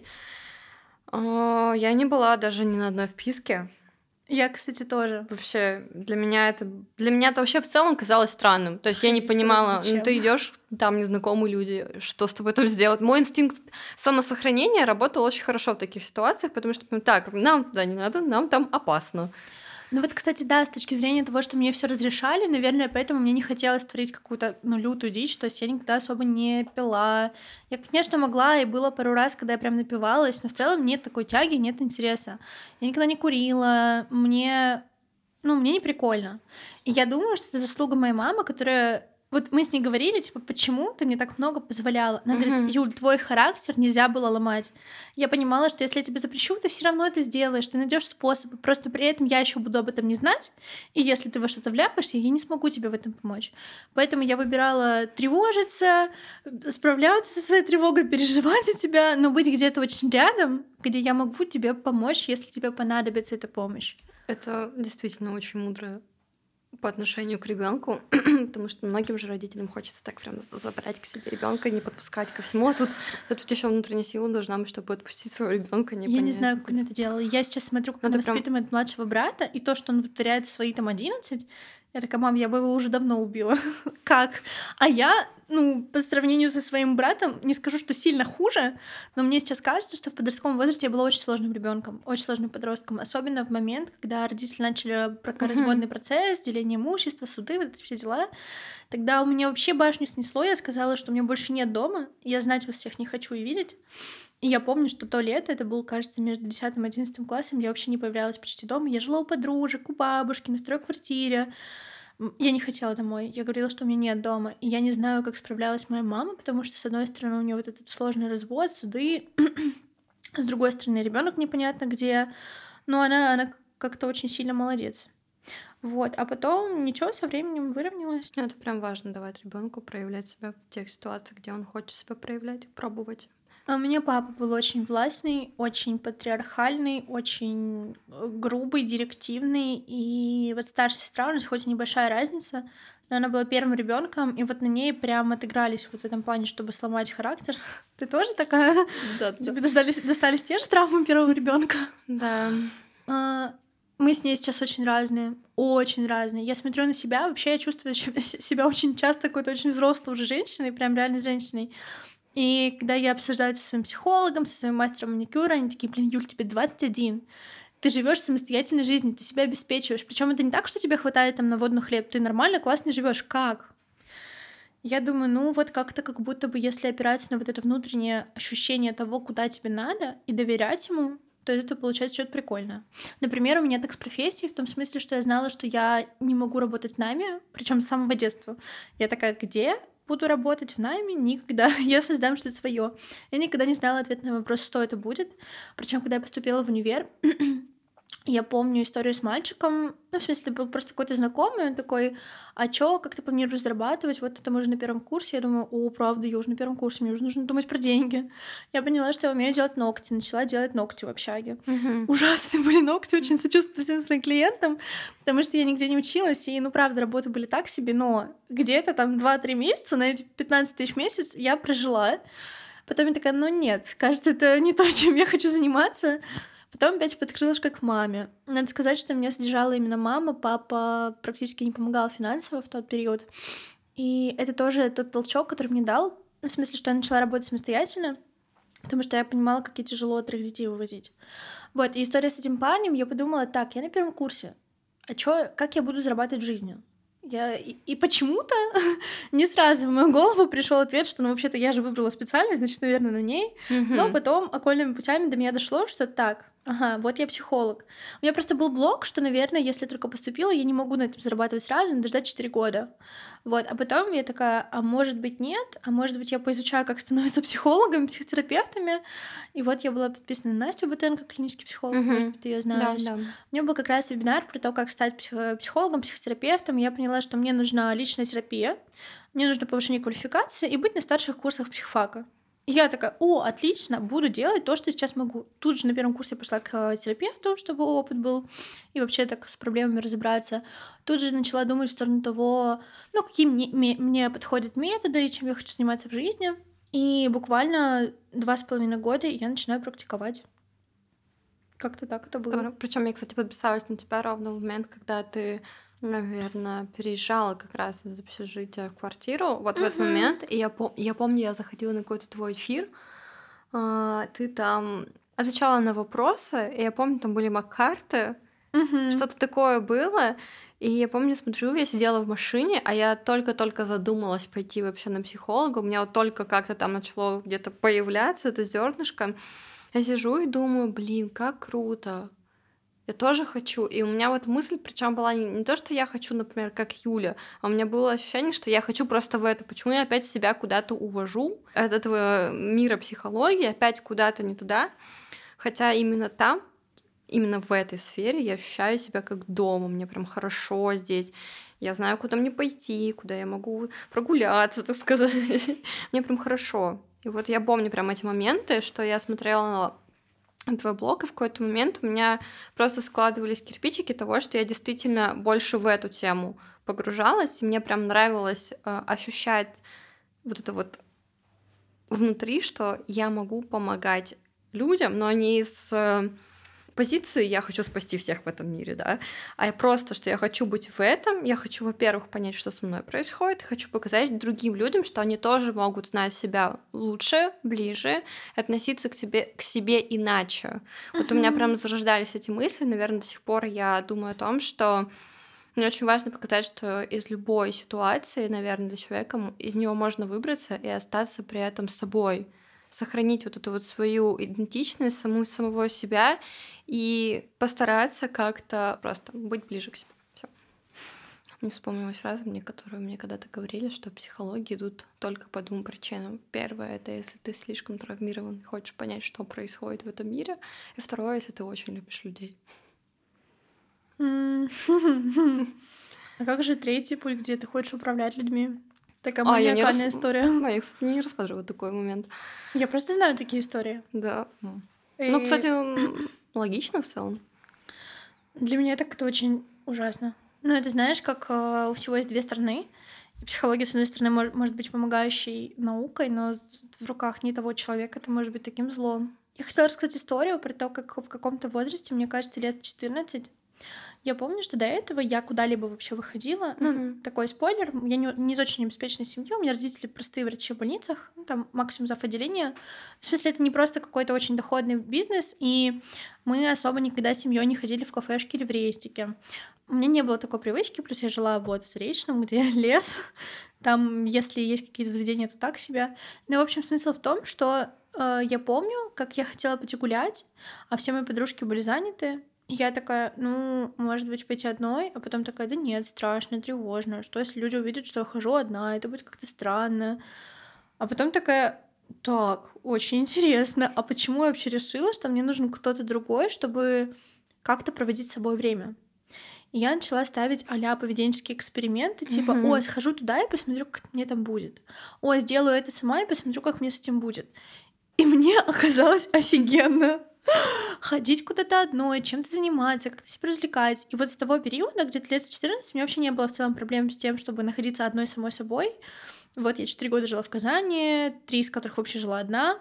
А, Я не была даже ни на одной вписке. Я, кстати, тоже. Вообще, для меня это... Для меня это вообще в целом казалось странным. То есть я не Ходить куда-то понимала, ну зачем? ты идешь, там незнакомые люди, что с тобой там сделать? Мой инстинкт самосохранения работал очень хорошо в таких ситуациях, потому что, ну, так, нам туда не надо, нам там опасно. Ну вот, кстати, да, с точки зрения того, что мне все разрешали, наверное, поэтому мне не хотелось творить какую-то, ну, лютую дичь, то есть я никогда особо не пила. Я, конечно, могла, и было пару раз, когда я прям напивалась, но в целом нет такой тяги, нет интереса. Я никогда не курила, мне, ну, мне не прикольно. И я думаю, что это заслуга моей мамы, которая... Вот мы с ней говорили, типа, почему ты мне так много позволяла? Она говорит, Мгм. Юль, твой характер нельзя было ломать. Я понимала, что если я тебе запрещу, ты все равно это сделаешь, ты найдешь способы. Просто при этом я еще буду об этом не знать. И если ты во что-то вляпаешься, я не смогу тебе в этом помочь. Поэтому я выбирала тревожиться, справляться со своей тревогой, переживать за тебя, но быть где-то очень рядом, где я могу тебе помочь, если тебе понадобится эта помощь. Это действительно очень мудро по отношению к ребенку, потому что многим же родителям хочется так прям за- забрать к себе ребенка, не подпускать ко всему. А тут, а тут еще внутренняя сила должна быть, чтобы отпустить своего ребенка, не Я не понять. знаю, как он это делал. Я сейчас смотрю, как Ну, он это прям- воспитывает младшего брата, и то, что он вытворяет в свои там одиннадцать, я такая, мам, я бы его уже давно убила. Как? А я, ну, по сравнению со своим братом, не скажу, что сильно хуже, но мне сейчас кажется, что в подростковом возрасте я была очень сложным ребенком, очень сложным подростком, особенно в момент, когда родители начали бракоразводный Мгм. процесс, деление имущества, суды, вот эти все дела. Тогда у меня вообще башню снесло, я сказала, что у меня больше нет дома, я знать вас всех не хочу и видеть. И я помню, что то лето, это был, кажется, между десятым и одиннадцатым классом, я вообще не появлялась почти дома. Я жила у подружек, у бабушки, на второй квартире. М, Я не хотела домой. Я говорила, что у меня нет дома. И я не знаю, как справлялась моя мама, потому что, с одной стороны, у нее вот этот сложный развод, суды, с другой стороны, ребенок непонятно где. Но она, она как-то очень сильно молодец. Вот. А потом ничего, со временем выровнялась. Ну, это прям важно давать ребенку проявлять себя в тех ситуациях, где он хочет себя проявлять, пробовать. А у меня папа был очень властный, очень патриархальный, очень э, грубый, директивный. И вот старшая сестра, у нас хоть и небольшая разница, но она была первым ребенком, и вот на ней прям отыгрались вот в этом плане, чтобы сломать характер. Ты тоже такая? Да, Тебе достались, достались те же травмы первого ребенка? Да. А, Мы с ней сейчас очень разные, очень разные. Я смотрю на себя, вообще я чувствую щ- себя очень часто какой-то очень взрослой уже женщиной, прям реально женщиной. И когда я обсуждаю это со своим психологом, со своим мастером маникюра, они такие, блин, Юль, тебе двадцать один. Ты живешь самостоятельной жизнью, ты себя обеспечиваешь. Причем это не так, что тебе хватает там на водный хлеб. Ты нормально, классно живешь. Как? Я думаю, ну вот как-то как будто бы, если опираться на вот это внутреннее ощущение того, куда тебе надо, и доверять ему, то из этого получается что-то прикольное. Например, у меня так с профессией, в том смысле, что я знала, что я не могу работать в найме, причем с самого детства. Я такая, где буду работать в найме? Никогда. Я создам что-то свое. Я никогда не знала ответ на вопрос, что это будет. Причем, когда я поступила в универ, Я помню историю с мальчиком, ну, в смысле, это был просто какой-то знакомый, он такой: "А чё, как ты планируешь зарабатывать? Вот это мы уже на первом курсе". Я думаю: "О, правда, я уже на первом курсе, мне уже нужно думать про деньги". Я поняла, что я умею делать ногти, начала делать ногти в общаге. Мгм. Ужасные были ногти, очень сочувствую всем своим клиентам, потому что я нигде не училась, и, ну, правда, работы были так себе, но где-то там два-три месяца на эти пятнадцать тысяч в месяц я прожила. Потом я такая: "Ну нет, кажется, это не то, чем я хочу заниматься". Потом опять под крылышко к маме. Надо сказать, что меня содержала именно мама, папа практически не помогал финансово в тот период. И это тоже тот толчок, который мне дал, ну, в смысле, что я начала работать самостоятельно, потому что я понимала, как и тяжело троих детей вывозить. Вот, и история с этим парнем, я подумала: так, я на первом курсе, а чё, как я буду зарабатывать в жизни? Я... И, и почему-то не сразу в мою голову пришел ответ, что, ну, вообще-то я же выбрала специальность, значит, наверное, на ней. Но Мгм. потом окольными путями до меня дошло, что так, ага, вот я психолог. У меня просто был блок, что, наверное, если я только поступила, я не могу на этом зарабатывать сразу, надо ждать четыре года. Вот, а потом я такая: а может быть, нет? А может быть, я поизучаю, как становятся психологами, психотерапевтами? И вот я была подписана на Настю Бутенко, клинический психолог, может Мгм. быть, ты ее Да, знаешь. да. У нее был как раз вебинар про то, как стать психо- психологом, психотерапевтом. И я поняла, что мне нужна личная терапия, мне нужно повышение квалификации и быть на старших курсах психфака. И я такая: о, отлично, буду делать то, что сейчас могу. Тут же на первом курсе пошла к э, терапевту, чтобы опыт был, и вообще так с проблемами разобраться. Тут же начала думать в сторону того, ну, какие мне, ме- мне подходят методы и чем я хочу заниматься в жизни. И буквально два с половиной года я начинаю практиковать. Как-то так это было. Здорово. Причем я, кстати, подписалась на тебя ровно в момент, когда ты, наверное, переезжала как раз из общежития в квартиру. Вот в этот Мгм. момент. И я, пом- я помню, я заходила на какой-то твой эфир. а, Ты там отвечала на вопросы, и я помню, там были мак-карты. Мгм. Что-то такое было. И я помню, смотрю, я сидела в машине, а я только-только задумалась пойти вообще на психолога. У меня вот только как-то там начало где-то появляться это зернышко. Я сижу и думаю, блин, как круто. Я тоже хочу. И у меня вот мысль, причем была не, не то, что я хочу, например, как Юля, а у меня было ощущение, что я хочу просто в это. Почему я опять себя куда-то увожу от этого мира психологии, опять куда-то не туда. Хотя именно там, именно в этой сфере я ощущаю себя как дома, мне прям хорошо здесь. Я знаю, куда мне пойти, куда я могу прогуляться, так сказать. Мне прям хорошо. И вот я помню прям эти моменты, что я смотрела на твой блог, и в какой-то момент у меня просто складывались кирпичики того, что я действительно больше в эту тему погружалась, и мне прям нравилось э, ощущать вот это вот внутри, что я могу помогать людям, но не из э, позиции «я хочу спасти всех в этом мире», да, а я просто, что я хочу быть в этом, я хочу, во-первых, понять, что со мной происходит, и хочу показать другим людям, что они тоже могут знать себя лучше, ближе, относиться к себе, к себе иначе. Вот у меня прям Мгм. зарождались эти мысли, наверное, до сих пор я думаю о том, что мне очень важно показать, что из любой ситуации, наверное, для человека м- из него можно выбраться и остаться при этом собой, сохранить вот эту вот свою идентичность, саму самого себя и постараться как-то просто быть ближе к себе. Всё. Мне вспомнилась фраза, мне, которую мне когда-то говорили, что психологи идут только по двум причинам. Первое — это если ты слишком травмирован и хочешь понять, что происходит в этом мире. И второе — если ты очень любишь людей. М. А как же третий путь, где ты хочешь управлять людьми? Такая А, я не рас... маниакальная история. а, я, кстати, не рассматривала такой момент. Я просто знаю такие истории. Да. М. Ну, кстати, И м, логично в целом. для меня так это очень ужасно. Ну, это знаешь, как э, у всего есть две стороны. И психология, с одной стороны, мож- может быть помогающей наукой, но с- в руках не того человека это может быть таким злом. Я хотела рассказать историю про то, как в каком-то возрасте, мне кажется, лет в четырнадцать, я помню, что до этого я куда-либо вообще выходила. Ну, Мгм. такой спойлер, я не, не из очень обеспеченной семьи, у меня родители простые врачи в больницах, ну, там максимум зав. Отделение. В смысле, это не просто какой-то очень доходный бизнес, и мы особо никогда с семьей не ходили в кафешки или в рестики. У меня не было такой привычки, плюс я жила вот в Заречном, где лес. Там, если есть какие-то заведения, то так себе. Ну, в общем, смысл в том, что э, я помню, как я хотела пойти гулять, а все мои подружки были заняты. И я такая: ну, может быть, пойти одной, а потом такая: да нет, страшно, тревожно. Что если люди увидят, что я хожу одна, это будет как-то странно. А потом такая: так, очень интересно, а почему я вообще решила, что мне нужен кто-то другой, чтобы как-то проводить с собой время. И я начала ставить а-ля поведенческие эксперименты, типа, Мгм. о, схожу туда и посмотрю, как мне там будет. О, сделаю это сама и посмотрю, как мне с этим будет. И мне оказалось офигенно ходить куда-то одной, чем-то заниматься, как-то себя развлекать. И вот с того периода, где-то лет с четырнадцати, у меня вообще не было в целом проблем с тем, чтобы находиться одной самой собой. Вот я четыре года жила в Казани, три из которых вообще жила одна.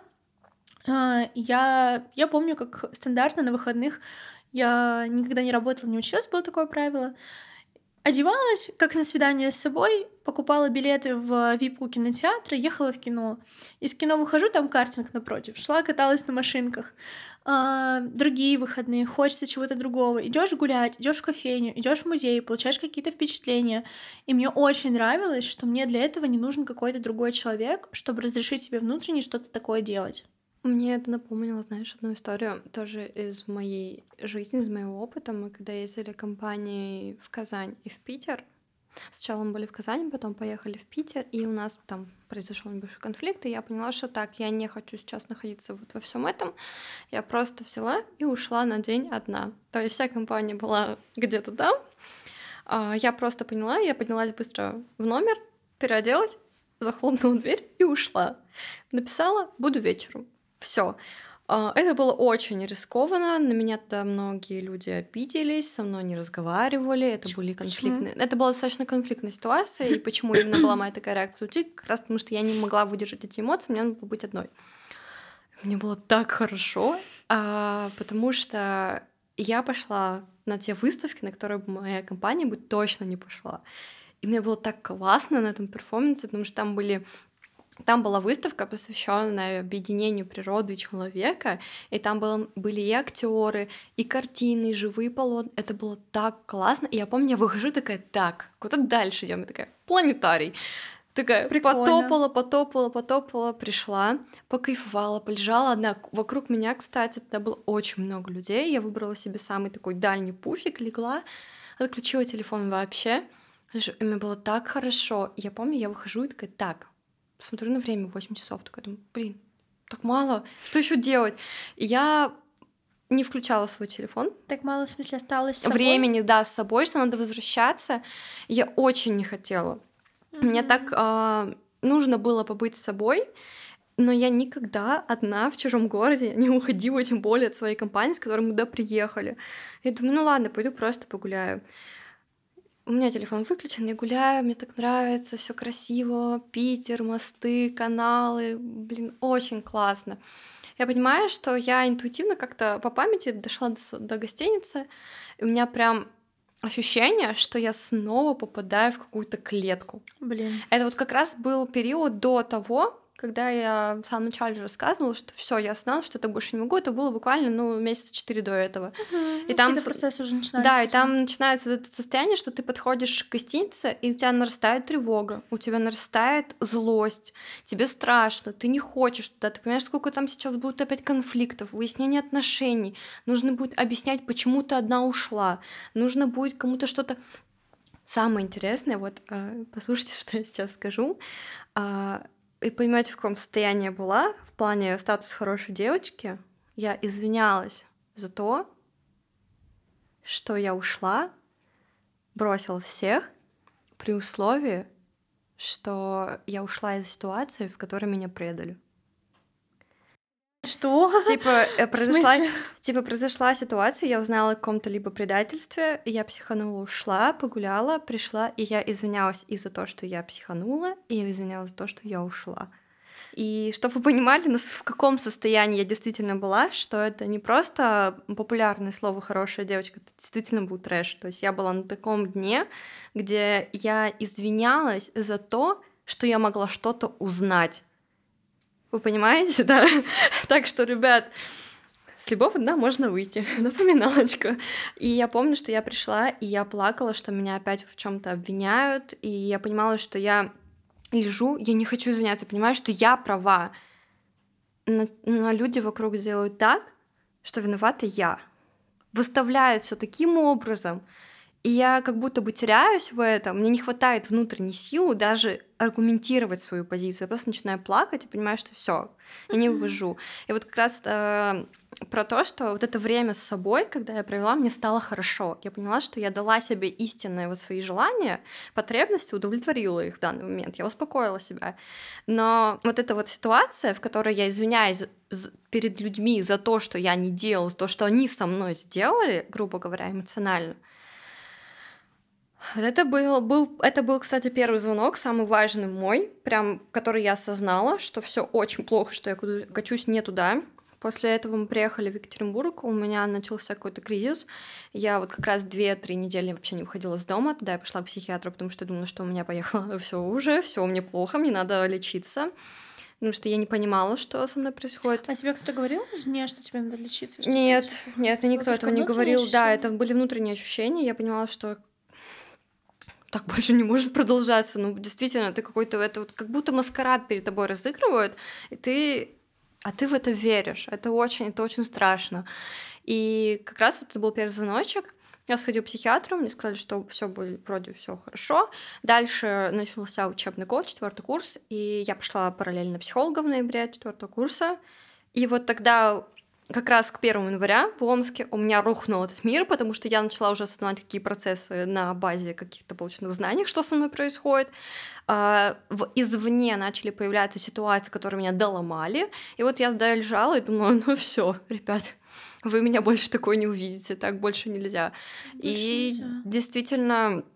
А, Я, я помню, как стандартно на выходных я никогда не работала, не училась, было такое правило. Одевалась, как на свидание с собой, покупала билеты в випу кинотеатра, ехала в кино. Из кино выхожу, там картинг напротив. Шла, каталась на машинках. А, другие выходные, хочется чего-то другого. Идешь гулять, идешь в кофейню, идешь в музей, получаешь какие-то впечатления. И мне очень нравилось, что мне для этого не нужен какой-то другой человек, чтобы разрешить себе внутренне что-то такое делать. Мне это напомнило, знаешь, одну историю тоже из моей жизни, из моего опыта. Мы когда ездили компанией в Казань и в Питер, сначала мы были в Казани, потом поехали в Питер, и у нас там произошел небольшой конфликт, и я поняла, что так, я не хочу сейчас находиться вот во всем этом. Я просто взяла и ушла на день одна. То есть вся компания была где-то там. А, Я просто поняла, я поднялась быстро в номер, переоделась, захлопнула дверь и ушла. Написала «буду вечером». Все. Это было очень рискованно. На меня-то многие люди обиделись, со мной не разговаривали. Это Чё- были Почему? конфликтные. Это была достаточно конфликтная ситуация. И почему именно была моя такая реакция уйти? Как раз потому, что я не могла выдержать эти эмоции, мне надо было побыть одной. Мне было так хорошо, а, потому что я пошла на те выставки, на которые бы моя компания бы точно не пошла. И мне было так классно на этом перформансе, потому что там были там была выставка, посвященная объединению природы и человека, и там было, были и актеры, и картины, и живые полотна. Это было так классно. И я помню, я выхожу такая, так, куда дальше идем? Я такая, планетарий. Такая Прикольно. потопала, потопала, потопала, пришла, покайфовала, полежала одна. Вокруг меня, кстати, тогда было очень много людей. Я выбрала себе самый такой дальний пуфик, легла, отключила телефон вообще. Лежу, и мне было так хорошо. И я помню, я выхожу и такая, так, смотрю на время, восемь часов, такая думаю, блин, так мало, что еще делать? И я не включала свой телефон. Так мало, в смысле, осталось с собой? Времени, да, с собой, что надо возвращаться. Я очень не хотела. Мне Мгм. так а, нужно было побыть с собой, но я никогда одна в чужом городе не уходила, тем более от своей компании, с которой мы туда приехали. Я думаю, ну ладно, пойду просто погуляю. У меня телефон выключен, я гуляю, мне так нравится, все красиво, Питер, мосты, каналы, блин, очень классно. Я понимаю, что я интуитивно как-то по памяти дошла до, с- до гостиницы, и у меня прям ощущение, что я снова попадаю в какую-то клетку. Блин. Это вот как раз был период до того, когда я в самом начале рассказывала, что все, я знала, что так больше не могу. Это было буквально, ну, месяца четыре до этого. Мгм. И там Какие-то с- процессы уже начинались, да, и видимо. там начинается это состояние, что ты подходишь к гостинице, и у тебя нарастает тревога, у тебя нарастает злость, тебе страшно, ты не хочешь туда, ты понимаешь, сколько там сейчас будет опять конфликтов, выяснение отношений, нужно будет объяснять, почему ты одна ушла, нужно будет кому-то что-то... Самое интересное, вот э, послушайте, что я сейчас скажу, а, и поймете, в каком состоянии я была в плане статуса хорошей девочки. Я извинялась за то, что я ушла, бросила всех при условии, что я ушла из ситуации, в которой меня предали. Что? Типа, э, В произошла, смысле? типа, произошла ситуация, я узнала о каком-то либо предательстве, и я психанула, ушла, погуляла, пришла, и я извинялась и за то, что я психанула, и я извинялась за то, что я ушла. И чтобы вы понимали, нас- в каком состоянии я действительно была, что это не просто популярное слово «хорошая девочка», это действительно был трэш. То есть я была на таком дне, где я извинялась за то, что я могла что-то узнать. Вы понимаете, да? Так что, ребят, с любого дна можно выйти. Напоминалочку. И я помню, что я пришла, и я плакала, что меня опять в чем то обвиняют, и я понимала, что я лежу, я не хочу извиняться, понимаю, что я права, но, но люди вокруг делают так, что виновата я. Выставляют все таким образом, и я как будто бы теряюсь в этом, мне не хватает внутренней силы даже аргументировать свою позицию. Я просто начинаю плакать и понимаю, что все, я не Мгм. вывожу. И вот как раз э, про то, что вот это время с собой, когда я провела, мне стало хорошо. Я поняла, что я дала себе истинные вот свои желания, потребности, удовлетворила их в данный момент. Я успокоила себя. Но вот эта вот ситуация, в которой я извиняюсь з- перед людьми за то, что я не делала, за то, что они со мной сделали, грубо говоря, эмоционально, вот это был, был, это был, кстати, первый звонок, самый важный мой, прям, который я осознала, что все очень плохо, что я куда- качусь не туда. После этого мы приехали в Екатеринбург, у меня начался какой-то кризис. Я вот как раз две-три недели вообще не выходила из дома, тогда я пошла к психиатру, потому что думала, что у меня поехало все уже, все мне плохо, мне надо лечиться. Потому что я не понимала, что со мной происходит. А тебе кто-то говорил извне, что тебе надо лечиться? Что с тобой Нет, всё плохо? нет, мне Было никто только этого не внутреннее говорил. Да, это ощущение? были внутренние ощущения. Я понимала, что так больше не может продолжаться. Ну, действительно, ты какой-то это вот как будто маскарад перед тобой разыгрывают, и ты, а ты в это веришь. Это очень, это очень страшно. И как раз вот это был первый звоночек. Я сходила к психиатру, мне сказали, что все будет вроде все хорошо. Дальше начался учебный год, четвертый курс, и я пошла параллельно психолога в ноябре четвертого курса. И вот тогда как раз к первому января в Омске у меня рухнул этот мир, потому что я начала уже осознавать какие процессы на базе каких-то полученных знаний, что со мной происходит. А, в- извне начали появляться ситуации, которые меня доломали. И вот я тогда лежала и думала, ну все, ребят, вы меня больше такой не увидите, так больше нельзя. Больше И нельзя. действительно,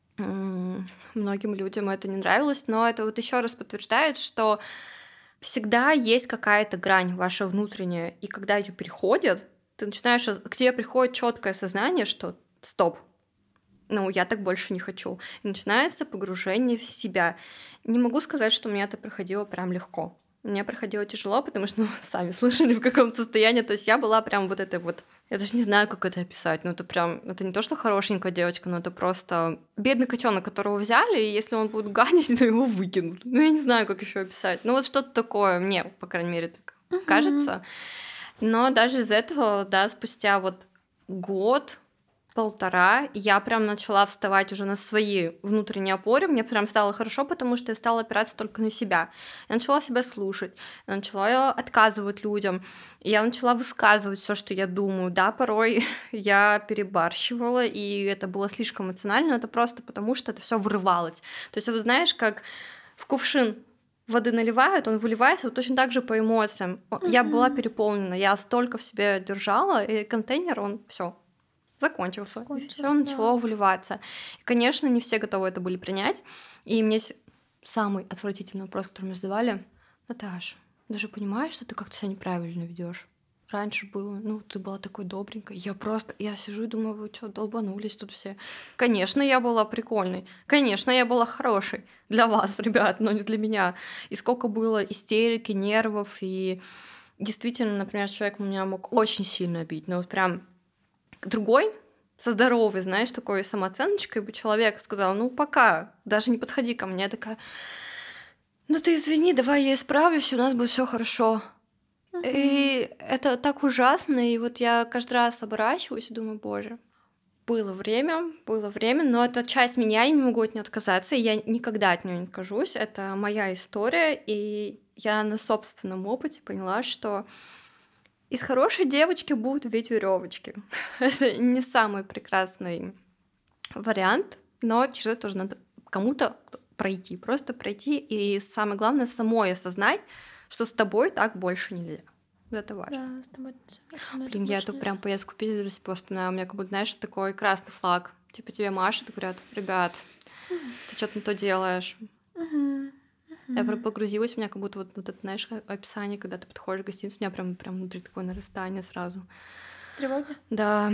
м, многим людям это не нравилось, но это вот еще раз подтверждает, что всегда есть какая-то грань ваша внутренняя, и когда ее переходят, ты начинаешь, ос- к тебе приходит четкое сознание, что стоп, ну, я так больше не хочу. И начинается погружение в себя. Не могу сказать, что у меня это проходило прям легко. Мне проходило тяжело, потому что, ну, сами слышали, в каком состоянии. То есть я была прям вот этой вот... Я даже не знаю, как это описать. Ну, это прям... Это не то, что хорошенькая девочка, но это просто бедный котенок, которого взяли, и если он будет гадить, то его выкинут. Ну, я не знаю, как еще описать. Ну, вот что-то такое. Мне, по крайней мере, так Мгм. кажется. Но даже из этого, да, спустя вот год, полтора, я прям начала вставать уже на свои внутренние опоры. Мне прям стало хорошо, потому что я стала опираться только на себя. Я начала себя слушать, я начала отказывать людям, я начала высказывать все, что я думаю. Да, порой я перебарщивала, и это было слишком эмоционально, но это просто потому, что это все вырывалось. То есть, вот знаешь, как в кувшин воды наливают, он выливается вот точно так же по эмоциям. О, Я была Мгм. переполнена, я столько в себе держала, и контейнер, он все закончился, и все Кончился, да. начало выливаться. И, конечно, не все готовы это были принять. И мне с- самый отвратительный вопрос, который мне задавали: Наташ, ты же понимаешь, что ты как-то себя неправильно ведешь? Раньше было, ну, ты была такой добренькой. Я просто, я сижу и думаю, вы что, долбанулись тут все? Конечно, я была прикольной. Конечно, я была хорошей. Для вас, ребят, но не для меня. И сколько было истерики, нервов. И действительно, например, человек меня мог очень сильно обидеть. Но вот прям другой, со здоровой, знаешь, такой самооценочкой бы человек сказал: ну, пока, даже не подходи ко мне. Я такая: ну ты извини, давай я исправлюсь, и у нас будет все хорошо. Мгм. И это так ужасно, и вот я каждый раз оборачиваюсь и думаю: боже, было время, было время, но это часть меня, я не могу от нее отказаться, и я никогда от нее не откажусь. Это моя история, и я на собственном опыте поняла, что из хорошей девочки будут ведь веревочки. Это не самый прекрасный вариант, но через это тоже надо кому-то пройти, просто пройти, и самое главное самой осознать, что с тобой так больше нельзя. Вот это важно. Да, с тобой со со мной так Блин, я больше эту нельзя. прям поездку в Питер до сих пор вспоминаю. У меня как будто, знаешь, такой красный флаг. Типа тебе машут и говорят: ребят, ты что-то не то делаешь. Мгм. Я прям Мгм. погрузилась, у меня как будто вот, вот это, знаешь, о- описание, когда ты подходишь в гостиницу, у меня прям, прям внутри такое нарастание сразу. Тревоги? Да.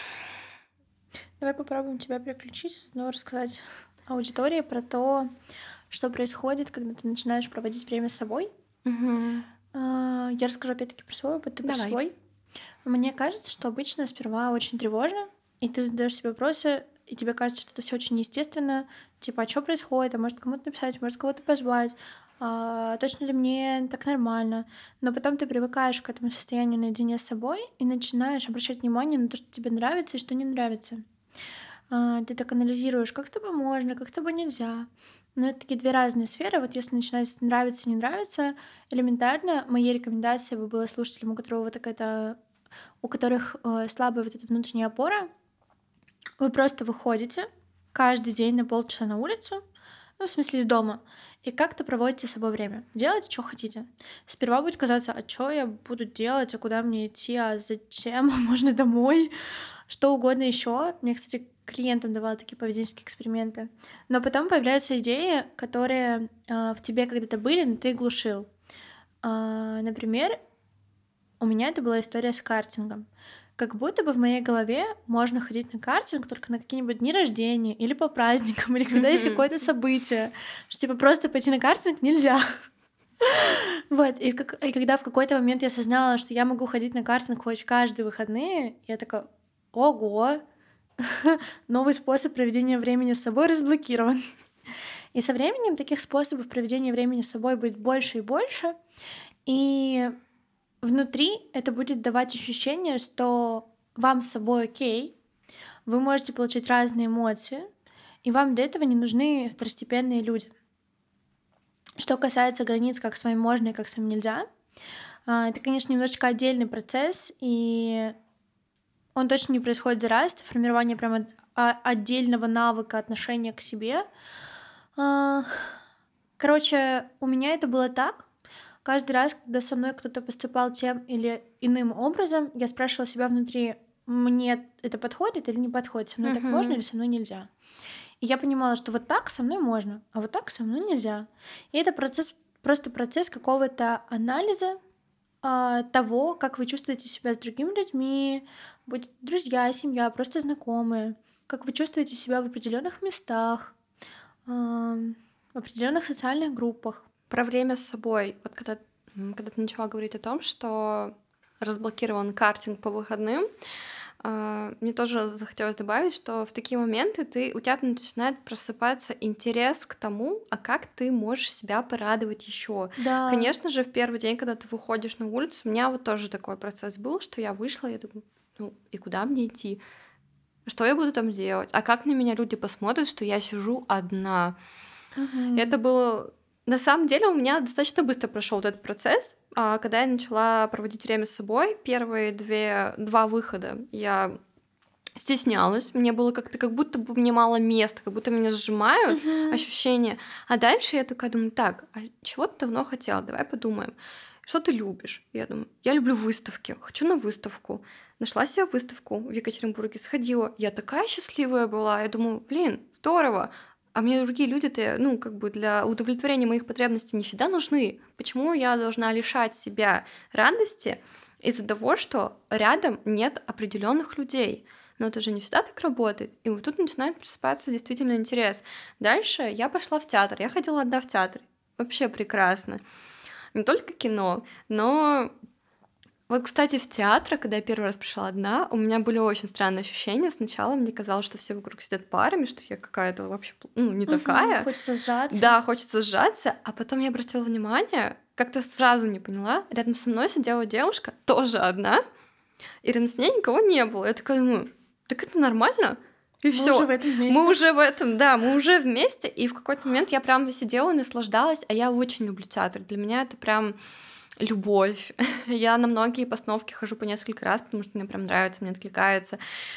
Давай попробуем тебя переключить, снова рассказать аудитории про то, что происходит, когда ты начинаешь проводить время с собой. Мгм. А, Я расскажу опять-таки про свой опыт, ты про Давай. свой. Мне кажется, что обычно сперва очень тревожно, и ты задаешь себе вопросы, и тебе кажется, что это все очень неестественно. Типа, а что происходит? А может, кому-то написать, может, кого-то позвать? А, точно ли мне так нормально? Но потом ты привыкаешь к этому состоянию наедине с собой и начинаешь обращать внимание на то, что тебе нравится и что не нравится. А, ты так анализируешь, как с тобой можно, как с тобой нельзя. Но это такие две разные сферы. Вот если начинать с нравится, не нравится, элементарно моей рекомендацией бы было слушателям, у которого вот такая-то у которых э, слабая вот эта внутренняя опора, вы просто выходите каждый день на полчаса на улицу, ну, в смысле, из дома, и как-то проводите с собой время. Делайте, что хотите. Сперва будет казаться, а что я буду делать, а куда мне идти, а зачем, можно домой, что угодно еще. Мне, кстати, клиентам давала такие поведенческие эксперименты. Но потом появляются идеи, которые э, в тебе когда-то были, но ты глушил. Э, например, у меня это была история с картингом. Как будто бы в моей голове можно ходить на картинг только на какие-нибудь дни рождения или по праздникам, или когда есть какое-то событие. Что типа просто пойти на картинг нельзя. Вот, и, как, и когда в какой-то момент я осознала, что я могу ходить на картинг хоть каждые выходные, я такая, ого, новый способ проведения времени с собой разблокирован. И со временем таких способов проведения времени с собой будет больше и больше, и внутри это будет давать ощущение, что вам с собой окей, вы можете получить разные эмоции, и вам для этого не нужны второстепенные люди. Что касается границ, как с вами можно и как с вами нельзя, это, конечно, немножечко отдельный процесс, и он точно не происходит за раз. Это формирование прямо отдельного навыка отношения к себе. Короче, у меня это было так. Каждый раз, когда со мной кто-то поступал тем или иным образом, я спрашивала себя внутри, мне это подходит или не подходит, со мной Мгм. так можно или со мной нельзя. И я понимала, что вот так со мной можно, а вот так со мной нельзя. И это процесс, просто процесс какого-то анализа а, того, как вы чувствуете себя с другими людьми, будь друзья, семья, просто знакомые, как вы чувствуете себя в определенных местах, а, в определенных социальных группах. Про время с собой. Вот когда, м, когда ты начала говорить о том, что разблокирован картинг по выходным, а, мне тоже захотелось добавить, что в такие моменты ты, у тебя начинает просыпаться интерес к тому, а как ты можешь себя порадовать еще. Да. Конечно же, в первый день, когда ты выходишь на улицу, у меня вот тоже такой процесс был, что я вышла, я думаю, ну и куда мне идти? Что я буду там делать? А как на меня люди посмотрят, что я сижу одна? Мгм. Это было... На самом деле у меня достаточно быстро прошел этот процесс. А, Когда я начала проводить время с собой, первые две, два выхода я стеснялась. Мне было как-то, как будто бы мне мало места, как будто меня сжимают Мгм. ощущения. А дальше я такая думаю, так, а чего ты давно хотела? Давай подумаем. Что ты любишь? Я думаю, я люблю выставки, хочу на выставку. Нашла себе выставку в Екатеринбурге, сходила. Я такая счастливая была. Я думаю, блин, здорово. А мне другие люди-то, ну, как бы для удовлетворения моих потребностей не всегда нужны. Почему я должна лишать себя радости из-за того, что рядом нет определенных людей? Но это же не всегда так работает. И вот тут начинает просыпаться действительно интерес. Дальше я пошла в театр. Я ходила одна в театр. Вообще прекрасно. Не только кино, но... Вот, кстати, в театр, когда я первый раз пришла одна, у меня были очень странные ощущения. Сначала мне казалось, что все вокруг сидят парами, что я какая-то вообще, ну, не Мгм. такая. Хочется сжаться. Да, хочется сжаться. А потом я обратила внимание, как-то сразу не поняла, рядом со мной сидела девушка, тоже одна, и рядом с ней никого не было. Я такая думаю, так это нормально? И Мы все. уже в этом вместе. Мы уже в этом, да, мы уже вместе. И в какой-то момент я прям сидела и наслаждалась, а я очень люблю театр. Для меня это прям любовь. Я на многие постановки хожу по несколько раз, потому что мне прям нравится, мне откликается.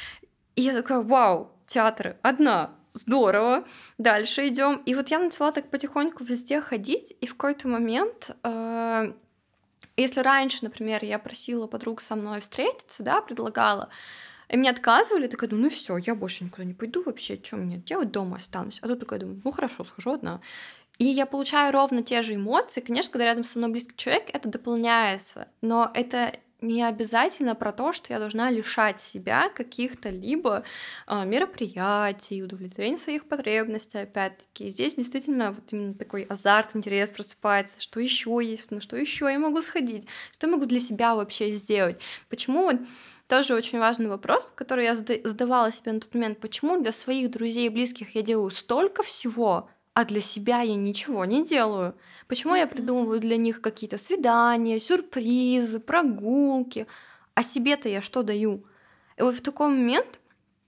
И я такая, вау, театры, одна, здорово. Дальше идем. И вот я начала так потихоньку везде ходить, и в какой-то момент, э, если раньше, например, я просила подруг со мной встретиться, да, предлагала, и мне отказывали, такая думаю, ну все, я больше никуда не пойду вообще, что мне делать, дома останусь. А тут такая думаю, ну хорошо, схожу одна. И я получаю ровно те же эмоции. Конечно, когда рядом со мной близкий человек, это дополняется. Но это не обязательно про то, что я должна лишать себя каких-то либо а, мероприятий, удовлетворения своих потребностей, опять-таки. Здесь действительно вот именно такой азарт, интерес просыпается, что еще есть, ну что еще я могу сходить, что я могу для себя вообще сделать. Почему вот тоже очень важный вопрос, который я задавала себе на тот момент, почему для своих друзей и близких я делаю столько всего, а для себя я ничего не делаю. Почему я придумываю для них какие-то свидания, сюрпризы, прогулки, а себе-то я что даю? И вот в такой момент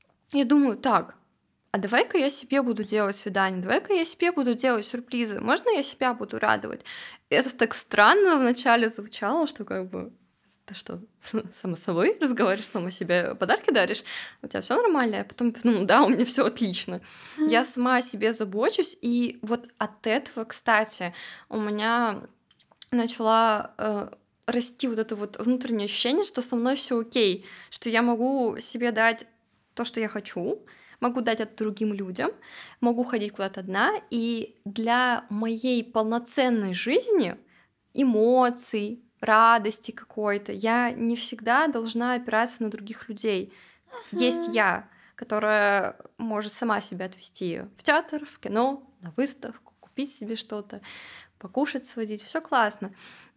я думаю, так, а давай-ка я себе буду делать свидание, давай-ка я себе буду делать сюрпризы, можно я себя буду радовать? И это так странно вначале звучало, что как бы ты что, сама с собой разговариваешь, сама себе подарки даришь? У тебя все нормально? А потом, ну да, у меня все отлично. Я сама о себе забочусь, и вот от этого, кстати, у меня начала э, расти вот это вот внутреннее ощущение, что со мной все окей, что я могу себе дать то, что я хочу, могу дать это другим людям, могу ходить куда-то одна, и для моей полноценной жизни, эмоций, радости какой-то, я не всегда должна опираться на других людей. Есть Мгм. я, которая может сама себя отвезти в театр, в кино, на выставку, купить себе что-то, покушать сводить, все классно.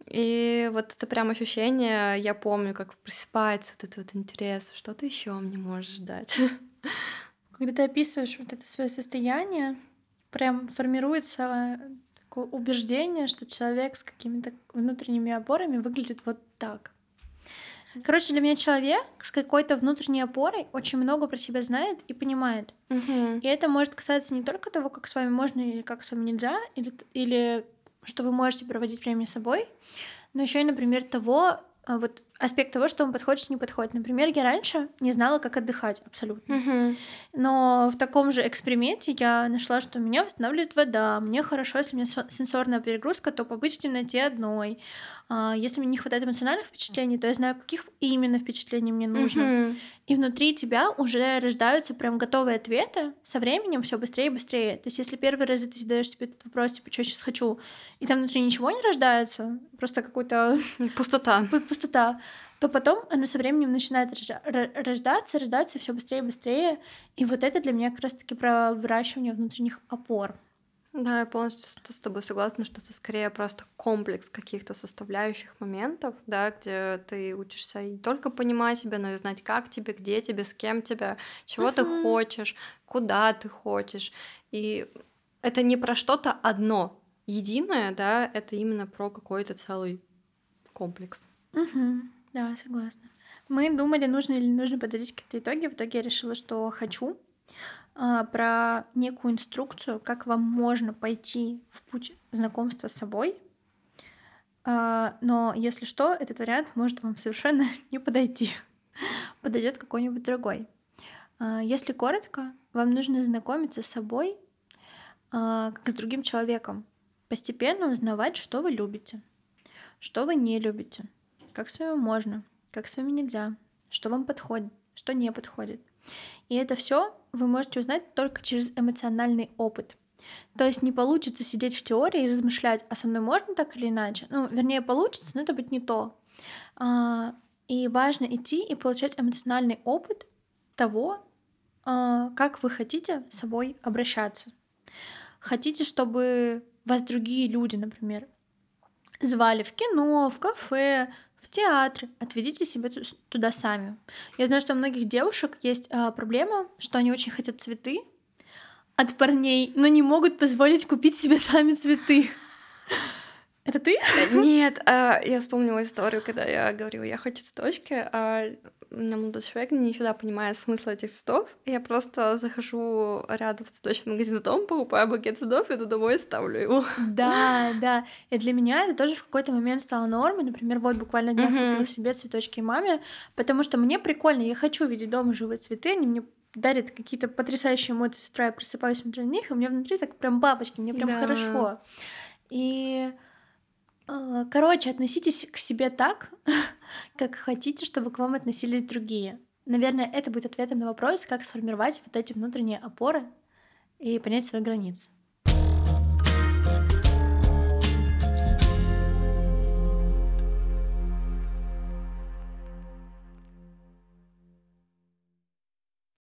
И вот это прям ощущение, я помню, как просыпается вот этот вот интерес, что ты еще мне можешь дать. Когда ты описываешь вот это свое состояние, прям формируется такое убеждение, что человек с какими-то внутренними опорами выглядит вот так. Короче, для меня человек с какой-то внутренней опорой очень много про себя знает и понимает. Мгм. И это может касаться не только того, как с вами можно или как с вами нельзя, или, т- или что вы можете проводить время с собой, но еще и, например, того, а, вот аспект того, что вам подходит, что не подходит. Например, я раньше не знала, как отдыхать абсолютно. Мгм. Но в таком же эксперименте я нашла, что меня восстанавливает вода. Мне хорошо, если у меня со- сенсорная перегрузка, то побыть в темноте одной. А, Если мне не хватает эмоциональных впечатлений, то я знаю, каких именно впечатлений мне нужно. Мгм. И внутри тебя уже рождаются прям готовые ответы. Со временем все быстрее и быстрее. То есть, если первый раз ты задаешь себе этот вопрос, типа, что я сейчас хочу, и там внутри ничего не рождается, просто какой-то Пустота. пу- пустота, то потом оно со временем начинает рожда- ро- рождаться, рождаться все быстрее и быстрее. И вот это для меня как раз-таки про выращивание внутренних опор. Да, я полностью с с тобой согласна, что это скорее просто комплекс каких-то составляющих моментов, да, где ты учишься не только понимать себя, но и знать, как тебе, где тебе, с кем тебе, чего ты Мгм. хочешь, куда ты хочешь. И это не про что-то одно единое, да, это именно про какой-то целый комплекс. Мгм. Да, согласна. Мы думали, нужно или не нужно подводить какие-то итоги. В итоге я решила, что хочу. А, про некую инструкцию, как вам можно пойти в путь знакомства с собой. А, но если что, этот вариант может вам совершенно не подойти. Подойдет какой-нибудь другой. А, Если коротко, вам нужно знакомиться с собой а, как с другим человеком. Постепенно узнавать, что вы любите, что вы не любите, как с вами можно, как с вами нельзя, что вам подходит, что не подходит. И это все вы можете узнать только через эмоциональный опыт. То есть не получится сидеть в теории и размышлять, а со мной можно так или иначе. Ну, вернее, получится, но это будет не то. А, И важно идти и получать эмоциональный опыт того, а, как вы хотите с собой обращаться. Хотите, чтобы вас другие люди, например, звали в кино, в кафе, в театр, отведите себя ту- туда сами. Я знаю, что у многих девушек есть а, проблема, что они очень хотят цветы от парней, но не могут позволить купить себе сами цветы. Это ты? Э, Нет, а, я вспомнила историю, когда я говорила, я хочу цветочки, а у меня молодой человек не всегда понимает смысл этих цветов. Я просто захожу рядом в цветочный магазин дома, покупаю букет цветов, иду домой и ставлю его. Да, да. И для меня это тоже в какой-то момент стало нормой. Например, вот буквально на днях купила Мгм. себе цветочки маме, потому что мне прикольно, я хочу видеть дома живые цветы, они мне дарят какие-то потрясающие эмоции с утра, я просыпаюсь, смотрю на них, и у меня внутри так прям бабочки, мне прям Да. хорошо. И, а, короче, относитесь к себе так, как хотите, чтобы к вам относились другие. Наверное, это будет ответом на вопрос, как сформировать вот эти внутренние опоры и понять свои границы.